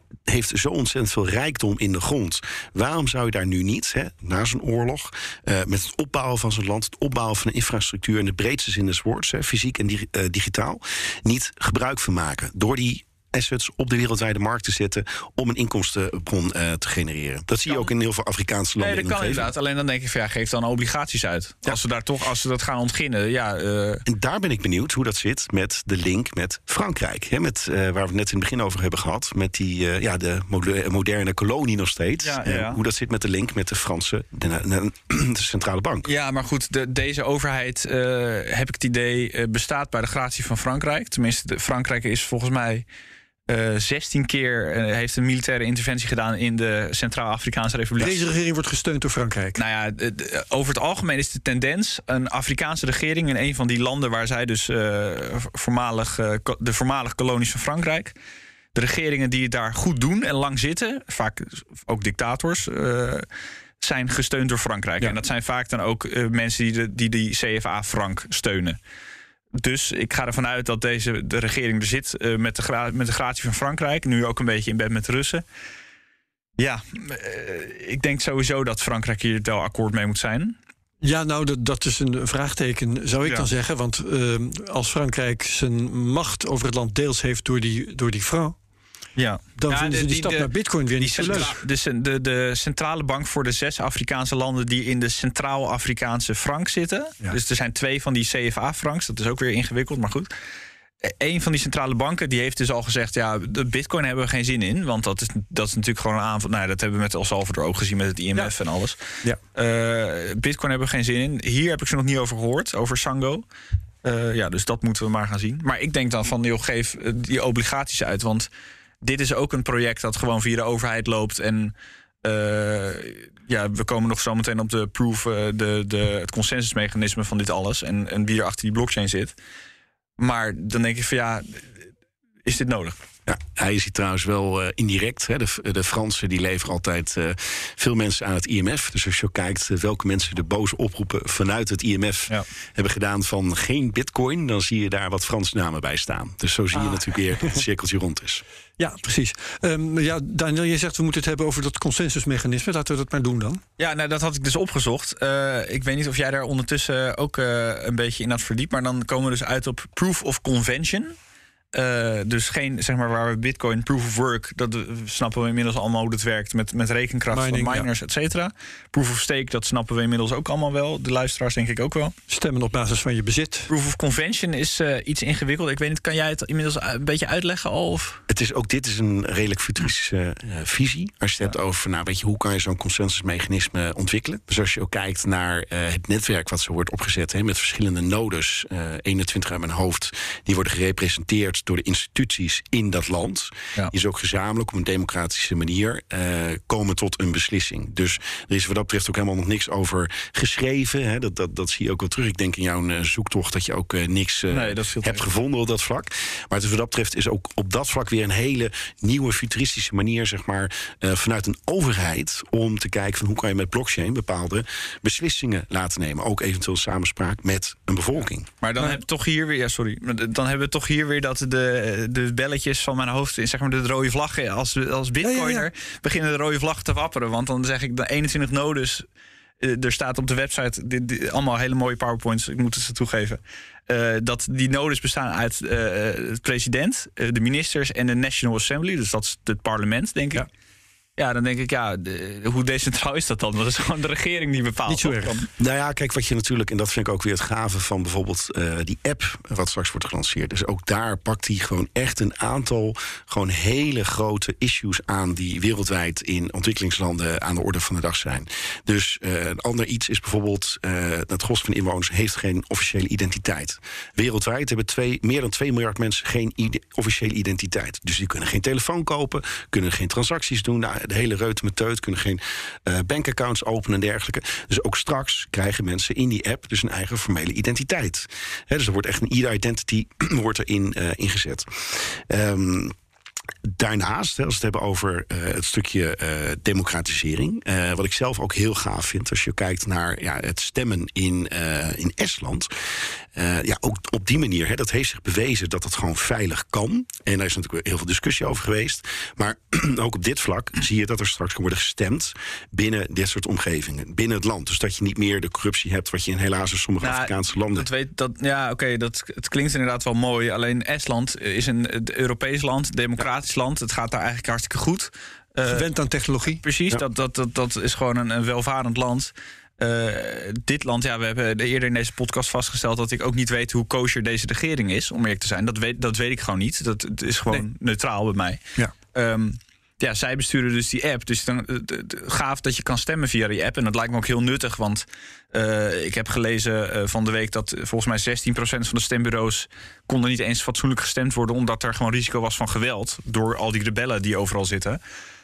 heeft zo ontzettend veel rijkdom in de grond. Waarom zou je daar nu niet, hè, na zo'n oorlog, uh, met het opbouwen van zo'n land, het opbouwen van een infrastructuur in de breedste zin des woords, hè, fysiek en di- uh, digitaal, niet gebruik van maken door die assets op de wereldwijde markt te zetten om een inkomstenbron uh, te genereren. Dat zie je ook in heel veel Afrikaanse landen. Nee, dat in kan inderdaad. Alleen dan denk ik van ja, geef dan obligaties uit. Ja. Als we daar toch, als we dat gaan ontginnen, ja. Uh... En daar ben ik benieuwd hoe dat zit met de link met Frankrijk. Hè, met, uh, waar we het net in het begin over hebben gehad. Met die, uh, ja, de moderne kolonie nog steeds. Ja, ja, ja. Uh, hoe dat zit met de link met de Franse de, de, de centrale bank. Ja, maar goed, de, deze overheid, uh, heb ik het idee, uh, bestaat bij de gratie van Frankrijk. Tenminste, de, Frankrijk is volgens mij Uh, zestien keer uh, heeft een militaire interventie gedaan in de Centraal-Afrikaanse Republiek. Deze regering wordt gesteund door Frankrijk. Nou ja, de, de, over het algemeen is de tendens een Afrikaanse regering in een van die landen waar zij dus uh, voormalig, uh, de voormalige kolonies van Frankrijk. De regeringen die het daar goed doen en lang zitten, vaak ook dictators, uh, zijn gesteund door Frankrijk. Ja. En dat zijn vaak dan ook uh, mensen die de, die, die C F A-frank steunen. Dus ik ga ervan uit dat deze de regering er zit uh, met, de gra- met de gratie van Frankrijk. Nu ook een beetje in bed met de Russen. Ja, uh, ik denk sowieso dat Frankrijk hier wel akkoord mee moet zijn. Ja, nou, dat, dat is een vraagteken, zou ik ja. dan zeggen. Want uh, als Frankrijk zijn macht over het land deels heeft door die, door die franc, ja. dan ja, vinden de, ze die, die stap de, naar bitcoin weer niet zo leuk. Dus de, de centrale bank voor de zes Afrikaanse landen die in de Centraal-Afrikaanse frank zitten. Ja. Dus er zijn twee van die C F A-franks. Dat is ook weer ingewikkeld, maar goed. Een van die centrale banken die heeft dus al gezegd, ja, de bitcoin hebben we geen zin in. Want dat is, dat is natuurlijk gewoon een aanval. Nou, dat hebben we met El Salvador ook gezien met het I M F ja. en alles. Ja. Uh, bitcoin hebben we geen zin in. Hier heb ik ze nog niet over gehoord, over Sango. Uh, ja, dus dat moeten we maar gaan zien. Maar ik denk dan van, joh, geef die obligaties uit, want dit is ook een project dat gewoon via de overheid loopt. En uh, ja, we komen nog zo meteen op de proof, uh, de, de, het consensusmechanisme van dit alles. En, en wie er achter die blockchain zit. Maar dan denk ik van ja, is dit nodig? Ja, hij ziet trouwens wel uh, indirect. Hè, de, de Fransen die leveren altijd uh, veel mensen aan het I M F. Dus als je kijkt uh, welke mensen de boze oproepen vanuit het I M F ja. hebben gedaan van geen bitcoin, dan zie je daar wat Franse namen bij staan. Dus zo zie je ah. natuurlijk weer dat het cirkeltje rond is. Ja, precies. Um, ja, Daniel, je zegt we moeten het hebben over dat consensusmechanisme. Laten we dat maar doen dan. Ja, nou, dat had ik dus opgezocht. Uh, ik weet niet of jij daar ondertussen ook uh, een beetje in had verdiept. Maar dan komen we dus uit op proof of convention. Uh, dus geen, zeg maar, waar we bitcoin, proof of work, dat uh, snappen we inmiddels allemaal hoe dat werkt met, met rekenkracht Mining, van miners, ja. et cetera. Proof of stake, dat snappen we inmiddels ook allemaal wel. De luisteraars denk ik ook wel. Stemmen op basis van je bezit. Proof of convention is uh, iets ingewikkeld. Ik weet niet, kan jij het inmiddels een beetje uitleggen al? Of? Het is ook, dit is een redelijk futuristische uh, visie. Als je het ja. hebt over, nou, weet je, hoe kan je zo'n consensusmechanisme ontwikkelen? Dus als je ook kijkt naar uh, het netwerk wat zo wordt opgezet, hè, met verschillende nodes, uh, eenentwintig uit mijn hoofd, die worden gerepresenteerd door de instituties in dat land. Ja. Die is ook gezamenlijk op een democratische manier uh, komen tot een beslissing. Dus er is wat dat betreft ook helemaal nog niks over geschreven. Hè. Dat, dat, dat zie je ook wel terug. Ik denk in jouw uh, zoektocht dat je ook uh, niks uh, nee, hebt tegen. gevonden op dat vlak. Maar het, wat dat betreft is ook op dat vlak weer een hele nieuwe futuristische manier, zeg maar, uh, vanuit een overheid om te kijken van hoe kan je met blockchain bepaalde beslissingen laten nemen. Ook eventueel samenspraak met een bevolking. Maar dan ja. heb je toch hier weer, ja, sorry, dan hebben we toch hier weer dat de, de belletjes van mijn hoofd, zeg maar de rode vlaggen, als, als bitcoiner ja, ja, ja. beginnen de rode vlag te wapperen. Want dan zeg ik de eenentwintig nodes. Er staat op de website dit, dit, allemaal hele mooie PowerPoints, ik moet het ze toegeven. Uh, dat die nodes bestaan uit uh, het president, uh, de ministers en de National Assembly. Dus dat is het parlement, denk ik. Ja. Ja, dan denk ik, ja, de, hoe decentraal is dat dan? Dat is gewoon de regering die bepaalt. Niet zo erg. Nou ja, kijk, wat je natuurlijk, en dat vind ik ook weer het gave van bijvoorbeeld uh, die app, wat straks wordt gelanceerd. Dus ook daar pakt hij gewoon echt een aantal gewoon hele grote issues aan die wereldwijd in ontwikkelingslanden aan de orde van de dag zijn. Dus uh, een ander iets is bijvoorbeeld, uh, het gros van inwoners heeft geen officiële identiteit. Wereldwijd hebben twee, meer dan twee miljard mensen geen ide- officiële identiteit. Dus die kunnen geen telefoon kopen, kunnen geen transacties doen. Nou, de hele reutemeteut, kunnen geen uh, bankaccounts openen en dergelijke. Dus ook straks krijgen mensen in die app dus een eigen formele identiteit. He, dus er wordt echt een e-identity wordt erin uh, ingezet. Um, daarnaast, hè, als we het hebben over uh, het stukje uh, democratisering, uh, wat ik zelf ook heel gaaf vind, als je kijkt naar ja, het stemmen in, uh, in Estland. Uh, ja, ook op die manier, hè, dat heeft zich bewezen dat het gewoon veilig kan. En daar is natuurlijk heel veel discussie over geweest. Maar ook op dit vlak zie je dat er straks kan worden gestemd binnen dit soort omgevingen, binnen het land. Dus dat je niet meer de corruptie hebt wat je in helaas in sommige nou, Afrikaanse landen. Dat weet, dat, ja, oké, okay, dat het klinkt inderdaad wel mooi. Alleen Estland is een Europees land, democratisch ja. land. Het gaat daar eigenlijk hartstikke goed. Uh, Gewend aan technologie. Precies, ja. dat, dat, dat, dat is gewoon een, een welvarend land. Uh, dit land, ja, we hebben eerder in deze podcast vastgesteld dat ik ook niet weet hoe kosher deze regering is, om eerlijk te zijn. Dat weet, dat weet ik gewoon niet. Dat, het is gewoon nee. neutraal bij mij. Ja. Um, ja, zij besturen dus die app. Dus dan uh, gaaf dat je kan stemmen via die app. En dat lijkt me ook heel nuttig, want uh, ik heb gelezen uh, van de week dat uh, volgens mij zestien procent van de stembureaus konden niet eens fatsoenlijk gestemd worden, omdat er gewoon risico was van geweld door al die rebellen die overal zitten.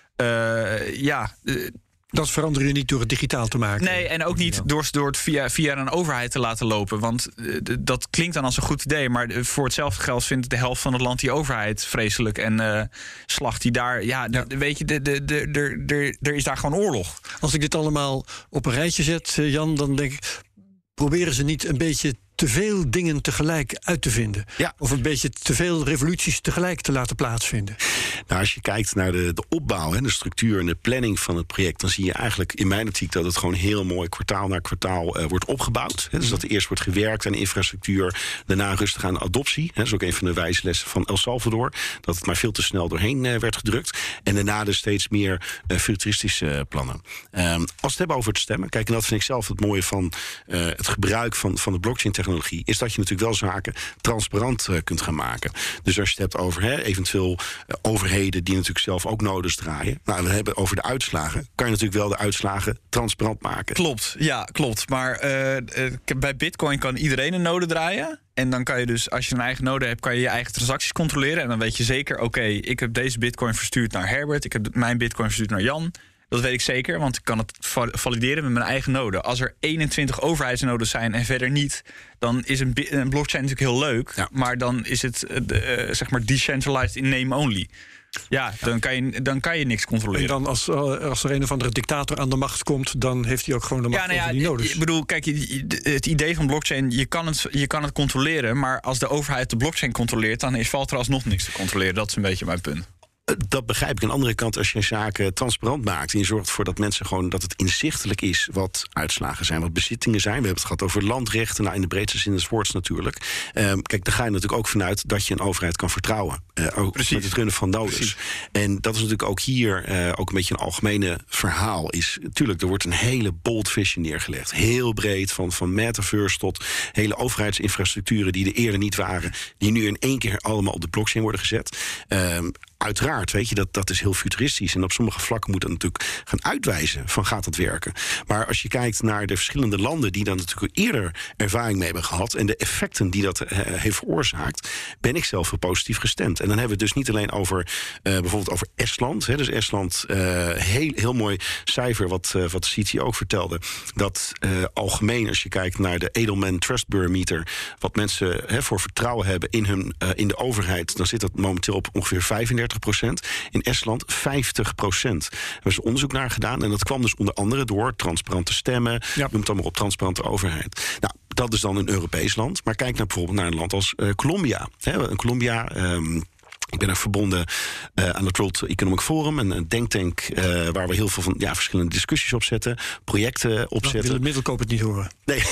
Uh, ja. Uh, Dat verander je niet door het digitaal te maken. Nee, en ook niet door, door het via, via een overheid te laten lopen. Want uh, dat klinkt dan als een goed idee. Maar voor hetzelfde geld vindt de helft van het land die overheid vreselijk. En uh, slacht die daar. Ja, ja. De, weet je, de, de, de, de, de, er is daar gewoon oorlog. Als ik dit allemaal op een rijtje zet, Jan, dan denk ik, proberen ze niet een beetje te veel dingen tegelijk uit te vinden? Ja. Of een beetje te veel revoluties tegelijk te laten plaatsvinden? Nou, als je kijkt naar de, de opbouw, hè, de structuur en de planning van het project, dan zie je eigenlijk in mijn optiek dat het gewoon heel mooi kwartaal na kwartaal uh, wordt opgebouwd. Hè. Dus dat er eerst wordt gewerkt aan infrastructuur, daarna rustig aan adoptie. Hè. Dat is ook een van de wijslessen van El Salvador, dat het maar veel te snel doorheen uh, werd gedrukt. En daarna dus steeds meer uh, futuristische uh, plannen. Um, als we het hebben over het stemmen, kijk, en dat vind ik zelf het mooie van uh, het gebruik van, van de blockchain-technologie, is dat je natuurlijk wel zaken transparant uh, kunt gaan maken. Dus als je het hebt over hè, eventueel uh, overheden die natuurlijk zelf ook nodes draaien. Nou, we hebben over de uitslagen. Kan je natuurlijk wel de uitslagen transparant maken. Klopt, ja, klopt. Maar uh, uh, bij Bitcoin kan iedereen een node draaien. En dan kan je dus, als je een eigen node hebt, kan je je eigen transacties controleren. En dan weet je zeker, oké, okay, ik heb deze Bitcoin verstuurd naar Herbert. Ik heb mijn Bitcoin verstuurd naar Jan. Dat weet ik zeker, want ik kan het valideren met mijn eigen node. Als er eenentwintig overheidsnodes zijn en verder niet, dan is een, een blockchain natuurlijk heel leuk. Ja. Maar dan is het uh, uh, zeg maar decentralized in name only. Ja, dan kan je, dan kan je niks controleren. En dan als, als er een of andere dictator aan de macht komt, dan heeft hij ook gewoon de macht ja, nou ja, over die nodes. Ik bedoel, kijk, het idee van blockchain, je kan het, je kan het controleren, maar als de overheid de blockchain controleert, dan is, valt er alsnog niks te controleren. Dat is een beetje mijn punt. Dat begrijp ik. Aan de andere kant, als je zaken transparant maakt en je zorgt ervoor dat mensen gewoon dat het inzichtelijk is wat uitslagen zijn, wat bezittingen zijn. We hebben het gehad over landrechten, nou in de breedste zin des woords natuurlijk. Um, kijk, daar ga je natuurlijk ook vanuit dat je een overheid kan vertrouwen. Uh, ook Precies. met het runnen van nodes. Precies. En dat is natuurlijk ook hier uh, ook een beetje een algemene verhaal. Is natuurlijk, er wordt een hele bold vision neergelegd. Heel breed, van, van metaverse tot hele overheidsinfrastructuren die er eerder niet waren, die nu in één keer allemaal op de blockchain worden gezet. Um, Uiteraard, weet je, dat, dat is heel futuristisch. En op sommige vlakken moet dat natuurlijk gaan uitwijzen van gaat dat werken. Maar als je kijkt naar de verschillende landen die dan natuurlijk eerder ervaring mee hebben gehad en de effecten die dat uh, heeft veroorzaakt, ben ik zelf heel positief gestemd. En dan hebben we het dus niet alleen over uh, bijvoorbeeld over Estland. Hè, dus Estland, uh, heel, heel mooi cijfer wat, uh, wat de C T O ook vertelde. Dat uh, algemeen, als je kijkt naar de Edelman Trust Barometer, wat mensen hè, voor vertrouwen hebben in, hun, uh, in de overheid, dan zit dat momenteel op ongeveer vijfendertig procent. In Estland vijftig procent. Er is onderzoek naar gedaan en dat kwam dus onder andere door transparante stemmen, ja. noem het allemaal op, transparante overheid. Nou, dat is dan een Europees land. Maar kijk nou bijvoorbeeld naar een land als uh, Colombia. Hè, een Colombia. Um, Ik ben er verbonden uh, aan het World Economic Forum, een, een denktank uh, waar we heel veel van ja, verschillende discussies op zetten, projecten opzetten. Ik wil het middelkoop het niet horen. Nee.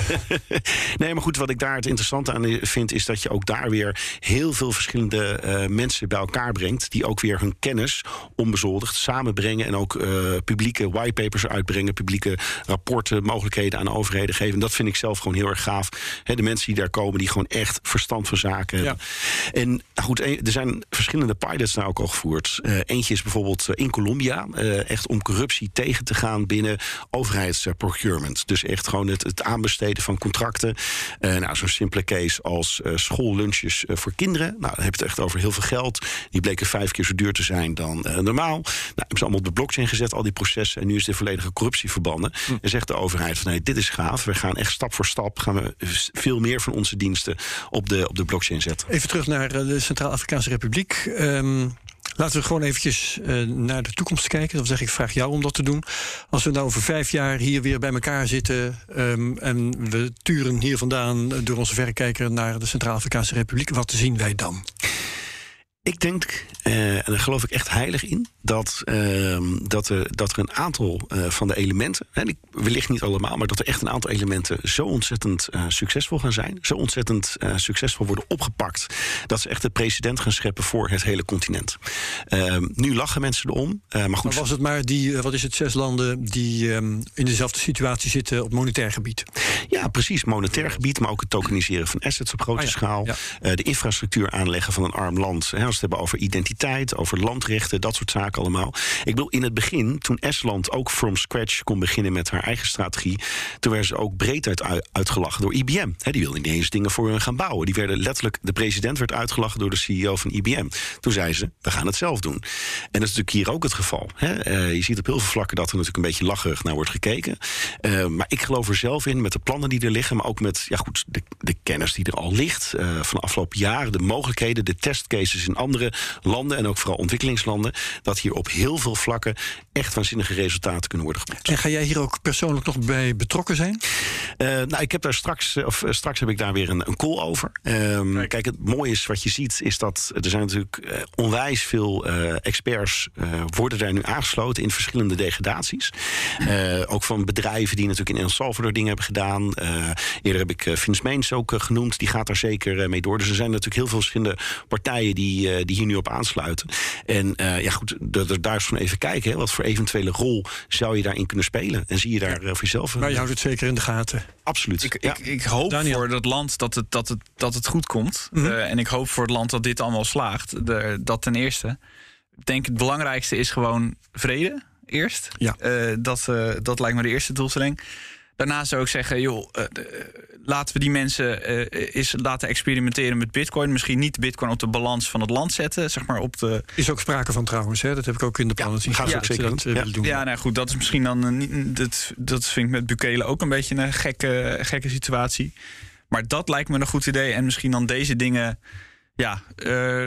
nee, maar goed, wat ik daar het interessante aan vind, is dat je ook daar weer heel veel verschillende uh, mensen bij elkaar brengt, die ook weer hun kennis onbezoldigd samenbrengen en ook uh, publieke whitepapers uitbrengen, publieke rapporten, mogelijkheden aan overheden geven. En dat vind ik zelf gewoon heel erg gaaf. He, de mensen die daar komen, die gewoon echt verstand van zaken hebben. Ja. En nou goed, er zijn verschillende pilots nou ook al gevoerd. Uh, eentje is bijvoorbeeld uh, in Colombia. Uh, echt om corruptie tegen te gaan binnen overheidsprocurement. Dus echt gewoon het, het aanbesteden van contracten. Uh, nou, zo'n simpele case als uh, schoollunches uh, voor kinderen. Nou, dan heb je het echt over heel veel geld. Die bleken vijf keer zo duur te zijn dan uh, normaal. Nou, hebben ze allemaal op de blockchain gezet, al die processen. En nu is de volledige corruptie verbannen. Hm. En zegt de overheid van nee, dit is gaaf. We gaan echt stap voor stap gaan we veel meer van onze diensten op de, op de blockchain zetten. Even terug naar de Centraal-Afrikaanse Republiek. Um, Laten we gewoon eventjes uh, naar de toekomst kijken. Dan zeg ik, vraag jou om dat te doen. Als we nou over vijf jaar hier weer bij elkaar zitten... Um, en we turen hier vandaan door onze verrekijker naar de Centraal-Afrikaanse Republiek... wat zien wij dan? Ik denk, uh, en daar geloof ik echt heilig in... dat, uh, dat, er, dat er een aantal uh, van de elementen... en ik, wellicht niet allemaal... maar dat er echt een aantal elementen zo ontzettend uh, succesvol gaan zijn... zo ontzettend uh, succesvol worden opgepakt... dat ze echt de precedent gaan scheppen voor het hele continent. Uh, nu lachen mensen erom, uh, maar goed... Maar was het maar die, wat is het, zes landen... die um, in dezelfde situatie zitten op monetair gebied? Ja, precies, monetair gebied... maar ook het tokeniseren van assets op grote ah, ja. schaal... Ja. Uh, de infrastructuur aanleggen van een arm land... Hè, als we het hebben over identiteit, over landrechten, dat soort zaken allemaal. Ik bedoel, in het begin, toen Estland ook from scratch kon beginnen met haar eigen strategie, toen werden ze ook breed uit, uitgelachen door I B M. He, die wilden niet eens dingen voor hun gaan bouwen. Die werden letterlijk, de president werd uitgelachen door de C E O van I B M. Toen zei ze, we gaan het zelf doen. En dat is natuurlijk hier ook het geval. He, uh, je ziet op heel veel vlakken dat er natuurlijk een beetje lacherig naar wordt gekeken. Uh, maar ik geloof er zelf in, met de plannen die er liggen, maar ook met ja goed, de, de kennis die er al ligt uh, van de afgelopen jaren, de mogelijkheden, de testcases in andere landen en ook vooral ontwikkelingslanden, dat hier op heel veel vlakken echt waanzinnige resultaten kunnen worden geboekt. En ga jij hier ook persoonlijk nog bij betrokken zijn? Uh, nou, ik heb daar straks, of uh, straks heb ik daar weer een, een call over. Um, kijk. kijk, het mooie is wat je ziet, is dat er zijn natuurlijk uh, onwijs veel uh, experts uh, worden daar nu aangesloten in verschillende degradaties. Uh, ook van bedrijven die natuurlijk in El Salvador dingen hebben gedaan. Uh, eerder heb ik uh, Vince Meens ook uh, genoemd, die gaat daar zeker uh, mee door. Dus er zijn natuurlijk heel veel verschillende partijen die, uh, die hier nu op aansluiten. En uh, ja goed, daar is van even kijken, hè, wat voor eventuele rol zou je daarin kunnen spelen? En zie je daar uh, voor jezelf... Maar je houdt het zeker in de gaten. Absoluut. Ik, ja. ik, ik hoop Daniel. voor dat land dat het, dat het, dat het goed komt. Mm-hmm. Uh, en ik hoop voor het land dat dit allemaal slaagt. De, dat ten eerste. Ik denk het belangrijkste is gewoon vrede eerst. Ja. Uh, dat, uh, dat lijkt me de eerste doelstelling. Daarna zou ik zeggen, joh, uh, de, laten we die mensen uh, eens laten experimenteren met bitcoin. Misschien niet bitcoin op de balans van het land zetten, zeg maar op de... Is ook sprake van trouwens, hè? Dat heb ik ook in de plannen zien. gaan ze Ja, ook zeker dat, doen. uh, Ja. willen doen. Ja, nou goed, dat is misschien dan een, niet- dat, dat vind ik met Bukele ook een beetje een gekke, gekke situatie. Maar dat lijkt me een goed idee. En misschien dan deze dingen, ja, uh,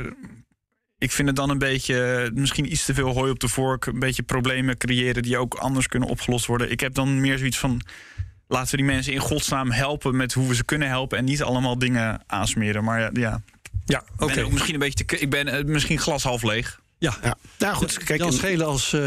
ik vind het dan een beetje, misschien iets te veel hooi op de vork, een beetje problemen creëren die ook anders kunnen opgelost worden. Ik heb dan meer zoiets van, laten we die mensen in godsnaam helpen met hoe we ze kunnen helpen en niet allemaal dingen aansmeren. Maar ja, ja. Ja, Ik oké. ben ook misschien een beetje te, ik ben uh, misschien glas half leeg. Ja. Ja. Nou goed, kijk, Jan en- Schelen als uh,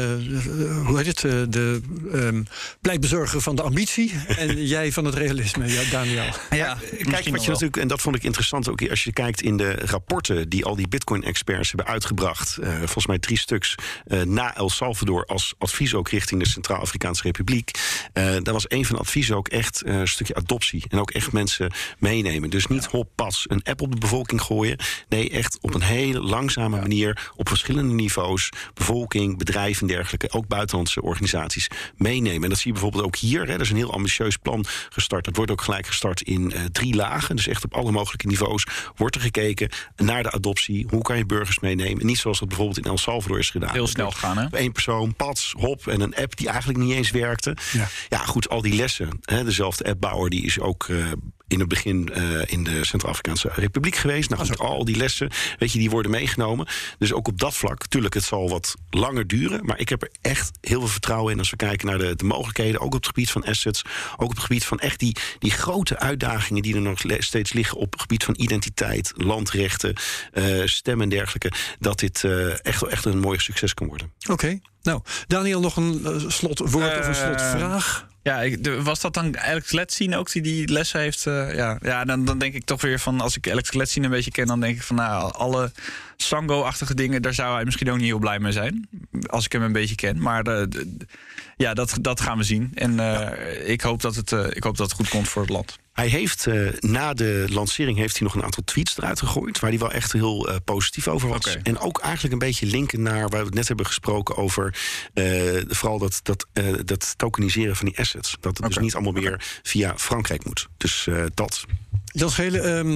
uh, hoe heet het, uh, de um, pleitbezorger van de ambitie en jij van het realisme, ja, Daniel. Ja, Kijk, wat je natuurlijk, en dat vond ik interessant ook als je kijkt in de rapporten die al die Bitcoin-experts hebben uitgebracht, uh, volgens mij drie stuks uh, na El Salvador als advies ook richting de Centraal-Afrikaanse Republiek. Uh, daar was een van de adviezen ook echt uh, een stukje adoptie en ook echt mensen meenemen. Dus niet hop pas een app op de bevolking gooien. Nee, echt op een hele langzame ja. manier op verschillende niveaus, bevolking, bedrijven en dergelijke, ook buitenlandse organisaties meenemen. En dat zie je bijvoorbeeld ook hier. Hè. Er is een heel ambitieus plan gestart. Dat wordt ook gelijk gestart in uh, drie lagen. Dus echt op alle mogelijke niveaus wordt er gekeken naar de adoptie. Hoe kan je burgers meenemen? Niet zoals dat bijvoorbeeld in El Salvador is gedaan. Heel snel gegaan, hè? Eén persoon, pats, hop, en een app die eigenlijk niet eens werkte. Ja, ja goed, al die lessen. Hè, dezelfde appbouwer die is ook uh, in het begin uh, in de Centraal-Afrikaanse Republiek geweest. Nou goed, al die lessen, weet je, die worden meegenomen. Dus ook op dat vlak, tuurlijk, het zal wat langer duren, maar ik heb er echt heel veel vertrouwen in als we kijken naar de, de mogelijkheden, ook op het gebied van assets, ook op het gebied van echt die, die grote uitdagingen die er nog le- steeds liggen op het gebied van identiteit, landrechten, uh, stemmen en dergelijke, dat dit uh, echt, echt een mooi succes kan worden. Oké. Okay. Nou, Daniel, nog een uh, slotwoord uh, of een slotvraag? Ja, ik, de, was dat dan Alex Letsien ook die die lessen heeft? Uh, ja, ja dan, dan denk ik toch weer van, als ik Alex Letsien een beetje ken, dan denk ik van, nou, alle Sango-achtige dingen, daar zou hij misschien ook niet heel blij mee zijn. Als ik hem een beetje ken. Maar de, de, ja, dat, dat gaan we zien. En uh, ja. ik, hoop dat het, uh, ik hoop dat het goed komt voor het land. Hij heeft uh, na de lancering heeft hij nog een aantal tweets eruit gegooid, waar hij wel echt heel uh, positief over was. Okay. En ook eigenlijk een beetje linken naar waar we het net hebben gesproken over uh, vooral dat, dat, uh, dat tokeniseren van die assets. Dat het okay. dus niet allemaal meer okay. via Frankrijk moet. Dus uh, dat. Jan Schelen, um,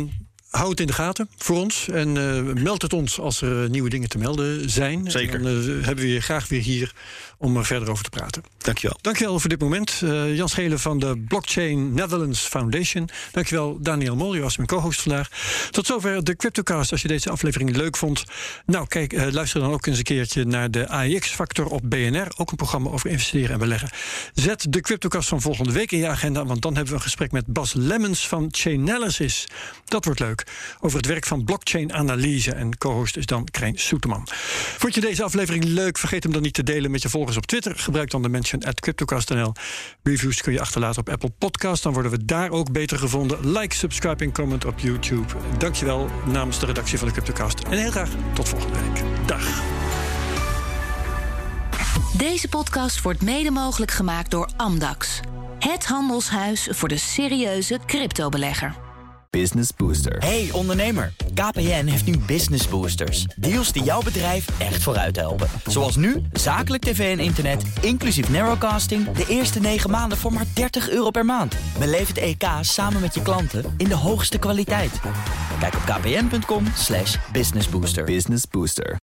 hou het in de gaten voor ons. En uh, meld het ons als er uh, nieuwe dingen te melden zijn. Zeker. En dan uh, hebben we je graag weer hier om er verder over te praten. Dankjewel. Dankjewel voor dit moment. Uh, Jan Schelen van de Blockchain Netherlands Foundation. Dankjewel Daniel Mol, je was mijn co-host vandaag. Tot zover de CryptoCast. Als je deze aflevering leuk vond, nou kijk, uh, luister dan ook eens een keertje naar de A I X-factor op B N R. Ook een programma over investeren en beleggen. Zet de CryptoCast van volgende week in je agenda, want dan hebben we een gesprek met Bas Lemmens van Chainalysis. Dat wordt leuk. Over het werk van blockchain-analyse. En co-host is dan Krijn Soeterman. Vond je deze aflevering leuk? Vergeet hem dan niet te delen met je volgers op Twitter. Gebruik dan de mention at CryptoCast punt n l. Reviews kun je achterlaten op Apple Podcasts. Dan worden we daar ook beter gevonden. Like, subscribe en comment op YouTube. Dankjewel namens de redactie van de CryptoCast. En heel graag tot volgende week. Dag. Deze podcast wordt mede mogelijk gemaakt door Amdax. Het handelshuis voor de serieuze cryptobelegger. Business Booster. Hey ondernemer, K P N heeft nu Business Boosters. Deals die jouw bedrijf echt vooruit helpen. Zoals nu, zakelijk tv en internet, inclusief narrowcasting... de eerste negen maanden voor maar dertig euro per maand. Beleef het E K samen met je klanten in de hoogste kwaliteit. Kijk op kpn punt com slash businessbooster. Business Booster.